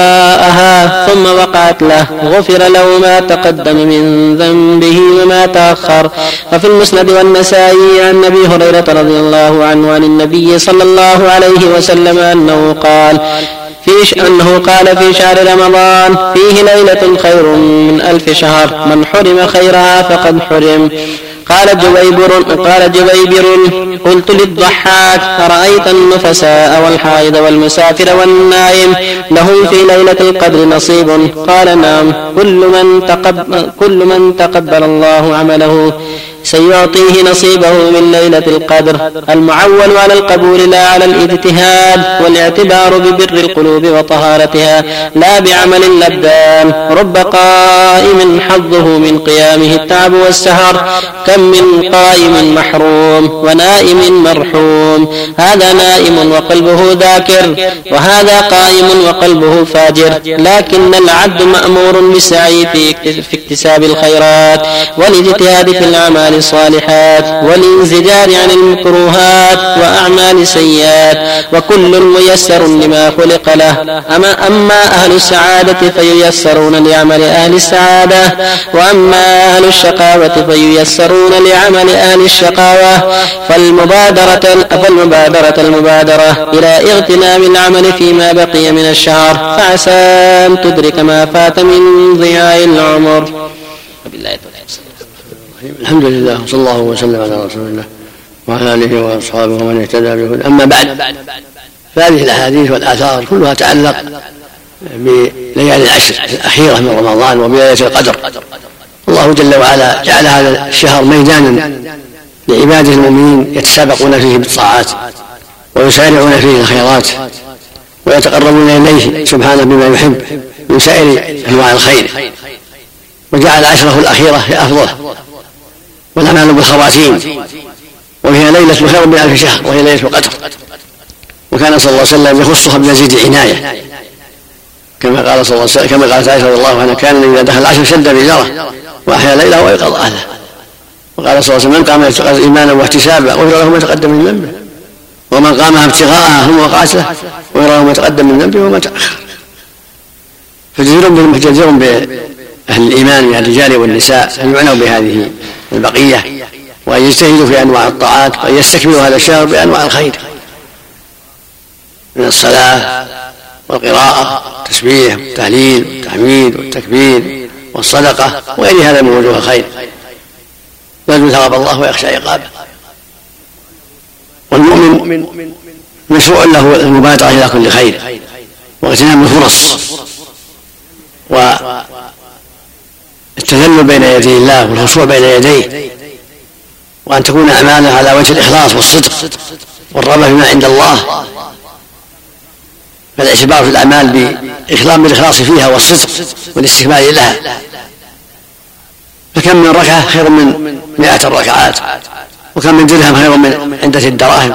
ابتغاءها ثم وقعت له غفر له ما تقدم من ذنبه وما تأخر. وفي المسند والنسائي عن أبي هريرة رضي الله عنه عن النبي صلى الله عليه وسلم أنه قال في أنه قال في شهر رمضان فيه ليلة خير من ألف شهر، من حرم خيرها فقد حرم. قال جبيبر قال جبيبر قلت للضحاك أرأيت النفساء والحائض والمسافر والنائم لهم في ليلة القدر نصيب؟ قال نعم، كل من تقبل, كل من تقبل الله عمله سيعطيه نصيبه من ليلة القدر. المعول على القبول لا على الاجتهاد، والاعتبار ببر القلوب وطهارتها لا بعمل الأبدان. رب قائم حظه من قيامه التعب والسهر، كم من قائم محروم ونائم مرحوم. هذا نائم وقلبه ذاكر، وهذا قائم وقلبه فاجر. لكن العبد مأمور بالسعي في اكتساب الخيرات والاجتهاد في الأعمال الصالحات والانزجار عن المكروهات وأعمال السيئات، وكل ميسر لما خلق له. أما, أما أهل السعادة فييسرون لعمل أهل السعادة، وأما أهل الشقاوة فييسرون لعمل أهل الشقاوة. فالمبادرة, فالمبادرة المبادرة إلى اغتنام العمل فيما بقي من الشهر، فعسى أن تدرك ما فات من ضياع العمر. الحمد لله صلى الله وسلم على رسول الله وعلى آله وأصحابه ومن اهتدى بهداه. أما بعد، فهذه الأحاديث والآثار كلها تعلق بليالي العشر الأخيرة من رمضان وبليلة القدر. الله جل وعلا جعل هذا الشهر ميدانا لعباده المؤمنين يتسابقون فيه بالطاعات ويسارعون فيه الخيرات ويتقربون إليه سبحانه بما يحب من سائر أنواع الخير، وجعل عشره الأخيرة هي أفضله، والأعمال بالخواتيم، وهي ليلة خير من ألف شهر، وهي ليلة القدر. وكان صلى الله عليه وسلم يخصها بمزيد عناية كما قال صلى الله عليه وسلم كما قالت عائشة رضي الله عنها كان إذا دخل العشر شد بإزاره وأحيا ليله ويقظ أهله. وقال صلى الله عليه وسلم من قام إيمانا واحتسابا غفر له ما تقدم من ذنبه ومن قامها ابتغاءها ثم وقعت له غفر له ما تقدم من ذنبه وما تأخر. فجدير بأهل الإيمان من الرجال والنساء أن يعنوا بهذه البقية وأن يجتهدوا في أنواع الطاعات وأن يستكملوا هذا الشهر بأنواع الخير من الصلاة والقراءة والتسبيح والتهليل والتحميد والتكبير والصدقة وغير هذا من وجوه الخير يرجو ثواب الله ويخشى عقابه. والمؤمن مشروع له المبادرة إلى كل خير واغتنام الفرص والتذلل بين يدي الله والخشوع بين يديه وأن تكون أعماله على وجه الإخلاص والصدق والرغبة بما عند الله. فالاعتبار في الأعمال بالإخلاص فيها والصدق والاستكمال لها. فكم من ركعة خير من مئة الركعات وكم من درهم خير من عدة الدراهم.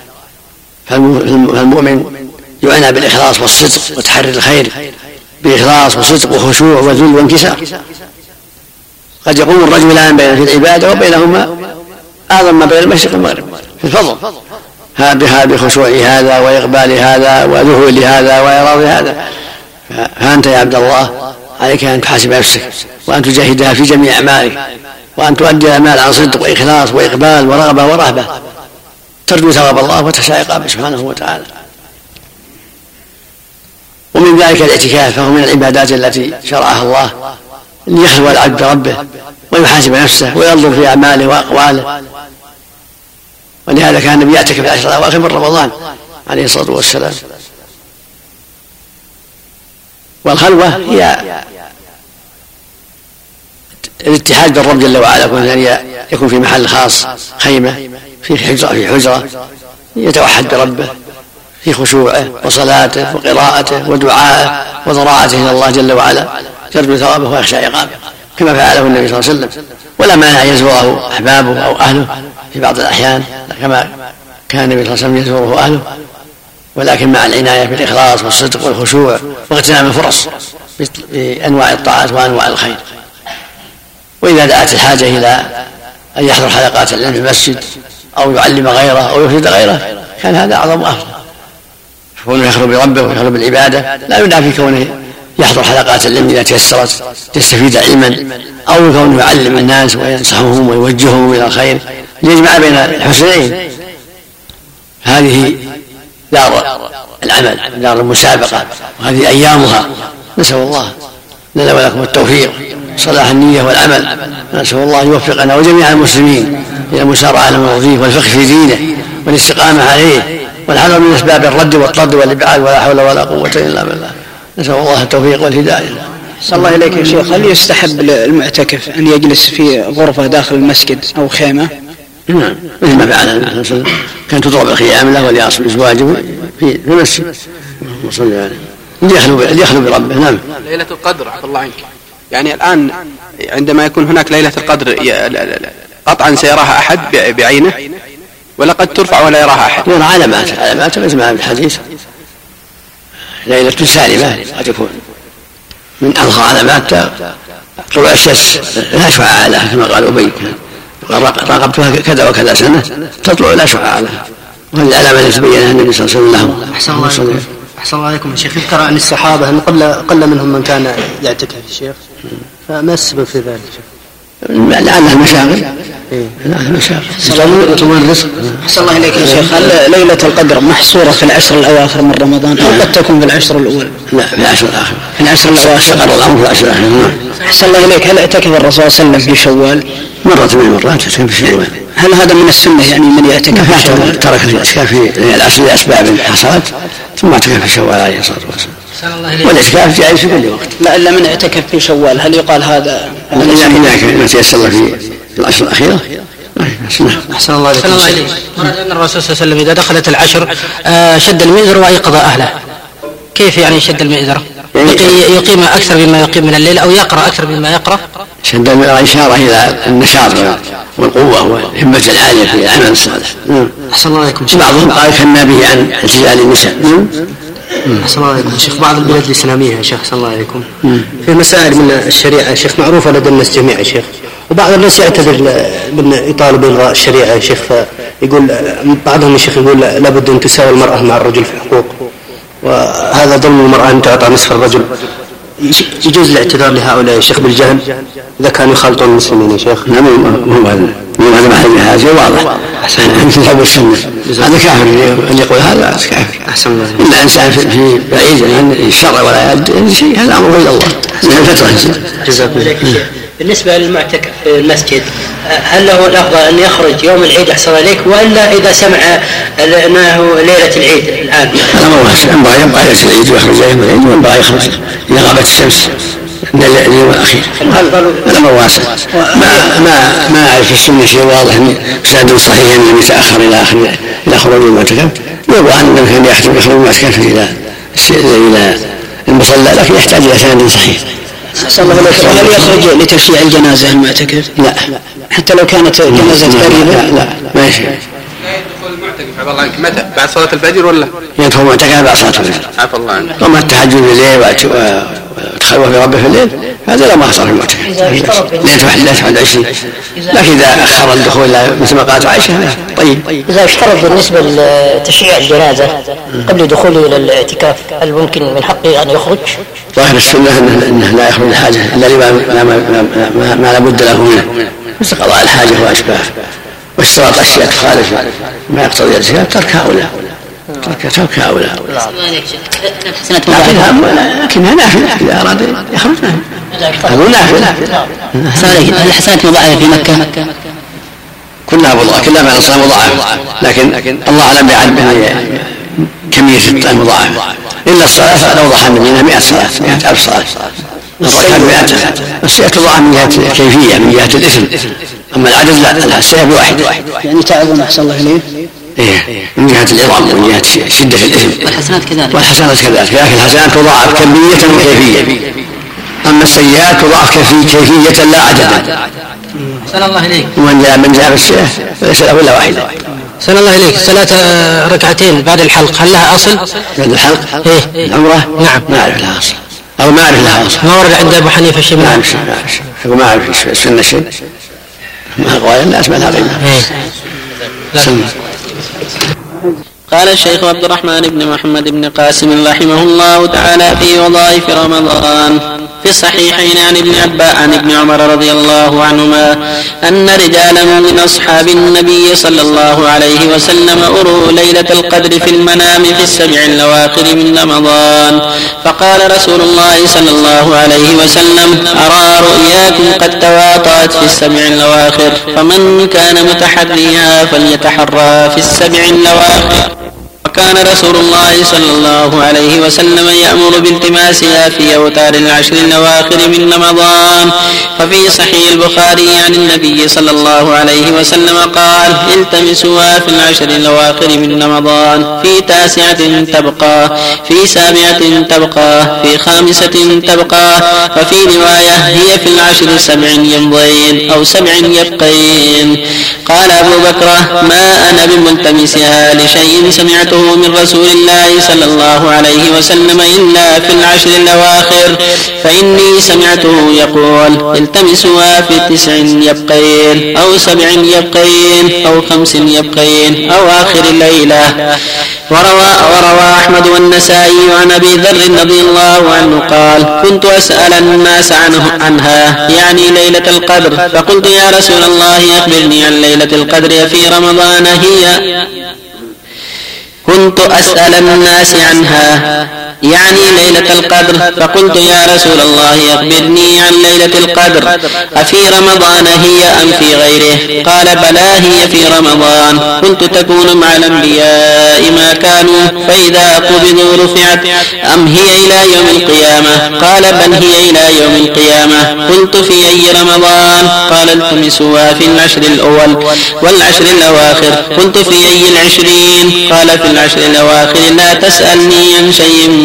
فالمؤمن يعنى بالإخلاص والصدق وتحري الخير بإخلاص وصدق وخشوع وذل وانكسار. قد يقوم الرجلان بين في العبادة وبينهما أعظم ما بين المشرق والمغرب في الفضل هذا بخشوع هذا وإقبال هذا وذهول هذا وإعراض هذا. فأنت يا عبد الله عليك أن تحاسب نفسك وأن تجاهدها في جميع أعمالك وأن تؤدي الأعمال عن صدق وإخلاص وإقبال ورغبة ورهبة ترجو ثواب الله وتخشى عقابه سبحانه وتعالى. ومن ذلك الاعتكاف فهو من العبادات التي شرعها الله ليخلو العبد بربه ويحاسب نفسه وينظر في أعماله وأقواله. ولهذا كان النبي يعتكف العشر الأواخر من رمضان عليه الصلاة والسلام. والخلوة هي الاتحاد بالرب جل وعلا يكون في محل خاص خيمة في حجرة في حجرة يتوحد بربه في خشوعه وصلاته وقراءته ودعائه وضراعته إلى الله جل وعلا يرجو ثوابه ويخشى عقابه كما فعله النبي صلى الله عليه وسلم. ولا مانع يزوره أحبابه أو أهله في بعض الأحيان كما كان النبي صلى الله عليه وسلم يزوره أهله ولكن مع العناية بالإخلاص والصدق والخشوع واغتنام الفرص بأنواع الطاعات وأنواع الخير. وإذا دعت الحاجة إلى أن يحضر حلقات العلم في المسجد أو يعلم غيره أو يفيد غيره كان هذا أعظم وأفضل. فكونه يخلو بربه ويخلو بالعبادة لا يدعى في كونه يحضر حلقات العلم إذا تيسرت يستفيد علما أو كونه يعلم الناس وينصحهم ويوجههم إلى الخير ليجمع بين الحسنين. هذه دار العمل دار المسابقة وهذه أيامها. نسأل الله لنا ولكم التوفيق صلاح النية والعمل. نسأل الله يوفقنا وجميع المسلمين إلى المسارعة للوظيفة والفقه في دينه والاستقامة عليه والحذر من أسباب الرد والطرد والإبعاد ولا حول ولا قوة إلا بالله. نسأل الله التوفيق والهداية. صلى الله إليك يا شيخ. هل يستحب المعتكف أن يجلس في غرفة داخل المسجد أو خيمة؟ نعم مثل ما فعل النبي صلى الله عليه وسلم كان تضرب الخيام له وليصل أزواجه في المسجد وصلي عليه ليخلو بربه. نعم. ليلة القدر عفى الله عنك يعني الآن عندما يكون هناك ليلة القدر قطعا سيراها أحد بعينه ولا قد ترفع ولا يراها أحد؟ يرى علامات علامات مثل ما في الحديث ليلة سالمة قد يكون من ألغى علامات طلوع الشمس لا شعاع لها كما قال أبي راقبتها كذا وكذا سنة تطلع لا شعاع لها وهذه العلامة التي بينها النبي صلى الله عليه وسلم لهم. أحسن الله عليكم. أحسن الله عليكم يا شيخ. يذكر عن الصحابة أن قل قل منهم من كان يعتكف الشيخ فما السبب في ذلك؟ لعلها المشاغل. لعلها المشاغل يطول الرزق. أحسن الله إليك يا شيخ. هل ليلة القدر محصورة في العشر الأواخر من رمضان أو قد تكون في العشر الأول؟ لا في العشر الآخر. في العشر الأواخر. استقر الأمر في العشر الآخر. أحسن الله إليك. هل اعتكف الرسول صلى الله عليه وسلم في شوال؟ مرة من المرات في شوال. هل هذا من السنة يعني من يعتكف في شوال؟ ترك الاعتكاف في العشر لأسباب حصلت ثم اعتكف في شوال عليه الصلاة والسلام. والاعتكاف جائز في كل وقت. لا إلا من اعتكف في شوال هل يقال هذا؟ إذا ما تيسر في العشر الأخيرة. أحسن الله عليك. ورد أن الرسول صلى الله عليه وسلم إذا دخلت العشر شد المئزر وأيقظ أهله. كيف يعني شد المئزر؟ يقيم أكثر مما يقيم من الليل أو يقرأ أكثر مما يقرأ؟ شد إشارة إلى النشاط والقوة والهمة العالية في العمل الصالح. أحسن الله عليكم. بعضهم قال كنا به عن اعتزال النساء. أحسن الله عليكم شيخ. بعض البلاد الإسلامية يا شيخ أحسن الله عليكم في مسائل من الشريعة يا شيخ معروفة لدى الناس جميعا يا شيخ، وبعض الناس يعتذر من يطالب بإلغاء الشريعة يا شيخ، فيقول بعضهم يا شيخ يقول لابد أن تساوي المرأة مع الرجل في الحقوق، وهذا ظلم المرأة أن تعطى نصف الرجل. يجوز الاعتذار لهؤلاء يا شيخ بالجهل إذا كانوا يخالطون المسلمين يا شيخ؟ نعم مو هذا مو هذا محل هذا واضح. مثل هذا السنة هذا كافر أن يقول هذا كافر. أحسن الله. إلا إنسان في بعيد عن الشرع ولا يد شيء هذا أمر إلى الله من الفترة. جزاكم الله خير. بالنسبة للمعتكف في المسجد هل له الأفضل أن يخرج يوم العيد أحسن إليك وإلا إذا سمع أنه ليلة العيد الآن؟ هذا ما واسع ينبغي يبقى ليلة العيد ويخرج يوم العيد وينبغي يخرج إذا غابت الشمس من اليوم الأخير. هذا ما واسع. ما ما ما أعرف في السنة شيء واضح سند صحيح أن يتأخر إلى آخر إلى خروج المعتكف. يبغى أن كان يحتم يخرج المعتكف إلى إلى المصلى لكن يحتاج إلى سند صحيح. هل يخرج لتشييع الجنازة المعتكف؟ لا حتى لو كانت جنازة قريبة؟ لا لا ما يشيء. يدخل المعتكف عفى الله عنك متى؟ بعد صلاة الفجر ولا؟ يدخل المعتكف بعد صلاة الفجر. عفى الله عنك. وما التهجد بالليل وتخلوه في ربه في الليل هذا لا ما حصل في المعتكف. ليلة واحد ليلة واحد عشرين. لكن إذا أخر الدخول مثل ما قالت عائشة طيب. إذا اشترط بالنسبة لتشييع الجنازة قبل دخوله إلى الاعتكاف هل ممكن من حقه أن يخرج؟ ظاهر السنة أنه لا يخرج الحاجة إلا لما ما لا بد له منه مثل قضاء الحاجة وأشباه، واشتراط أشياء تخالف ما يقتضي الاعتكاف ترك هؤلاء ترك ترك هؤلاء. لكنها نافلة إذا أراد يخرج هذا نافلة. هل الحسنات مضاعفة في مكة؟ كلها مضاعفة كلها مع الصلاة مضاعفة، لكن الله أعلم بعد كمية المضاعفة إلا الصلاة فأوضح النبي أنها مئة صلاة مئة ألف صلاة الركعة مئة. السيئة تضاعف من جهة الكيفية من جهة الإثم، أما العدد لا السيئة بواحد. يعني تعظم أحسن الله إليه إيه من جهة العظم ومن جهة شدة الإثم. والحسنات كذلك. والحسنات كذلك، لكن الحسنات تضاعف كمية وكيفية، أما السيئات تضاعف كيفية لا عددا. سلام الله إليك. ومن جاء من جاء بالسيئة فليس له إلا واحدة. سلام الله إليك. صلاة ركعتين بعد الحلق هل لها أصل؟ بعد الحلق؟ إيه العمرة؟ نعم. ما أعرف لها أصل أو ما أعرف لها أصل. ما ورد عند أبو حنيفة شيء؟ ما أعرف ما أعرف أقول ما أعرف السنة شيء ما قال الناس ما لها غيرها. قال الشيخ عبد الرحمن بن محمد بن قاسم رحمه الله تعالى في وظائف رمضان في الصحيحين عن ابن عباس عن ابن عمر رضي الله عنهما أن رجالا من أصحاب النبي صلى الله عليه وسلم أروا ليلة القدر في المنام في السبع الأواخر من رمضان، فقال رسول الله صلى الله عليه وسلم أرى رؤياكم قد تواطأت في السبع الأواخر، فمن كان متحريها فليتحرى في السبع الأواخر. وكان رسول الله صلى الله عليه وسلم يأمر بالتماسها في أوتار العشر الأواخر من رمضان. ففي صحيح البخاري عن النبي صلى الله عليه وسلم قال التمسوها في العشر الأواخر من رمضان، في تاسعة تبقى، في سابعة تبقى، في خامسة تبقى، وفي رواية هي في العشر سبع يمضين أو سبع يبقين. قال أبو بكر ما أنا بملتمسها لشيء سمعته من رسول الله صلى الله عليه وسلم إلا في العشر الأواخر، فإني سمعته يقول التمسوها في تسع يبقين أو سبع يبقين أو خمس يبقين أو آخر الليلة. وروى, وروى أحمد والنسائي عن أبي ذر رضي الله عنه قال كنت أسأل الناس عنه عنها يعني ليلة القدر، فقلت يا رسول الله أخبرني عن ليلة القدر في رمضان هي كنت أسأل الناس عنها يعني ليلة القدر، فقلت يا رسول الله أخبرني عن ليلة القدر أفي رمضان هي أم في غيره؟ قال بلى هي في رمضان. قلت تكون مع الأنبياء ما كانوا فإذا قبضوا رفعت أم هي إلى يوم القيامة؟ قال بل هي إلى يوم القيامة. قلت في أي رمضان؟ قال التمسوها في العشر الأول والعشر الأواخر. قلت في أي العشرين؟ قال في العشر الأواخر. لا تسألني عن شيء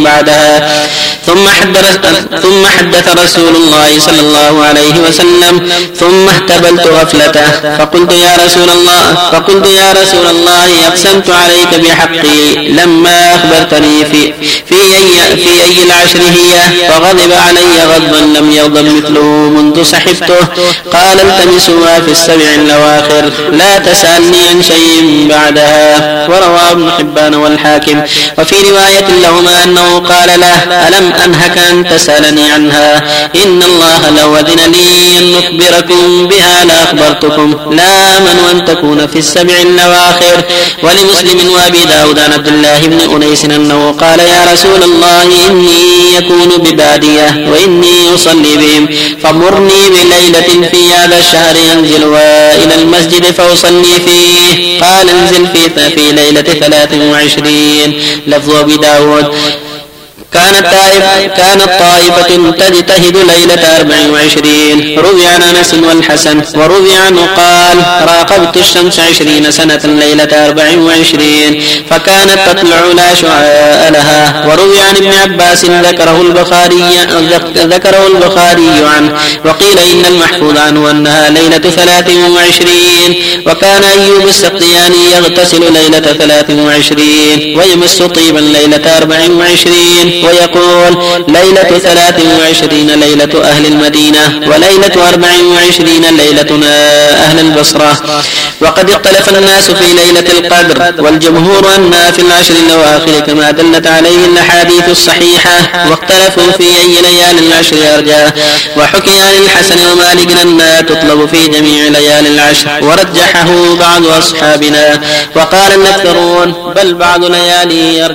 بعدها. ثم حدث, ثم حدث رسول الله صلى الله عليه وسلم ثم اهتبلت غفلته فقلت يا رسول الله فقلت يا رسول الله أقسمت عليك بحقي لما أخبرتني في في أي, في أي العشر هي فغضب علي غضبا لم يغضب مثله منذ صحبته. قال التمسوها في السبع الأواخر لا تسألني عن شيء بعدها. ورواه ابن حبان والحاكم. وفي رواية لهما أنه قال له ألم أنهك أن تسألني عنها إن الله لو أذن لي أن أخبركم بها لأخبرتكم لا من وأن تكون في السبع الأواخر. ولمسلم وأبي داود عن عبد الله بن أنيس أنه قال يا رسول الله إني يكون ببادية وإني أصلي بهم فمرني بليلة في هذا الشهر أنزل إلى المسجد فأصلي فيه. قال انزل في, في ليلة ثلاث وعشرين. لفظ أبي داود كانت طائفة, كانت طائفة تجتهد ليلة أربع وعشرين. روي عن أنس والحسن وروي عنه قال راقبت الشمس عشرين سنة ليلة أربع وعشرين فكانت تطلع لا شعاع لها. وروي عن ابن عباس ذكره البخاري, ذكره البخاري عنه وقيل إن المحفوظ عنه أنها ليلة ثلاث وعشرين. وكان أيوب السختياني يغتسل ليلة ثلاث وعشرين ويمس طيبا ليلة أربع وعشرين ويقول ليلة ثلاث وعشرين ليلة أهل المدينة وليلة أربع وعشرين ليلتنا أهل البصرة. وقد اختلف الناس في ليلة القدر والجمهور أنها في العشر الأواخر كما دلت عليه الأحاديث الصحيحة. واختلفوا في أي ليالي العشر أرجاه. وحكي عن الحسن ومالك أنها تطلب في جميع ليالي العشر ورجحه بعض أصحابنا. وقال الأكثرون بل بعض ليالي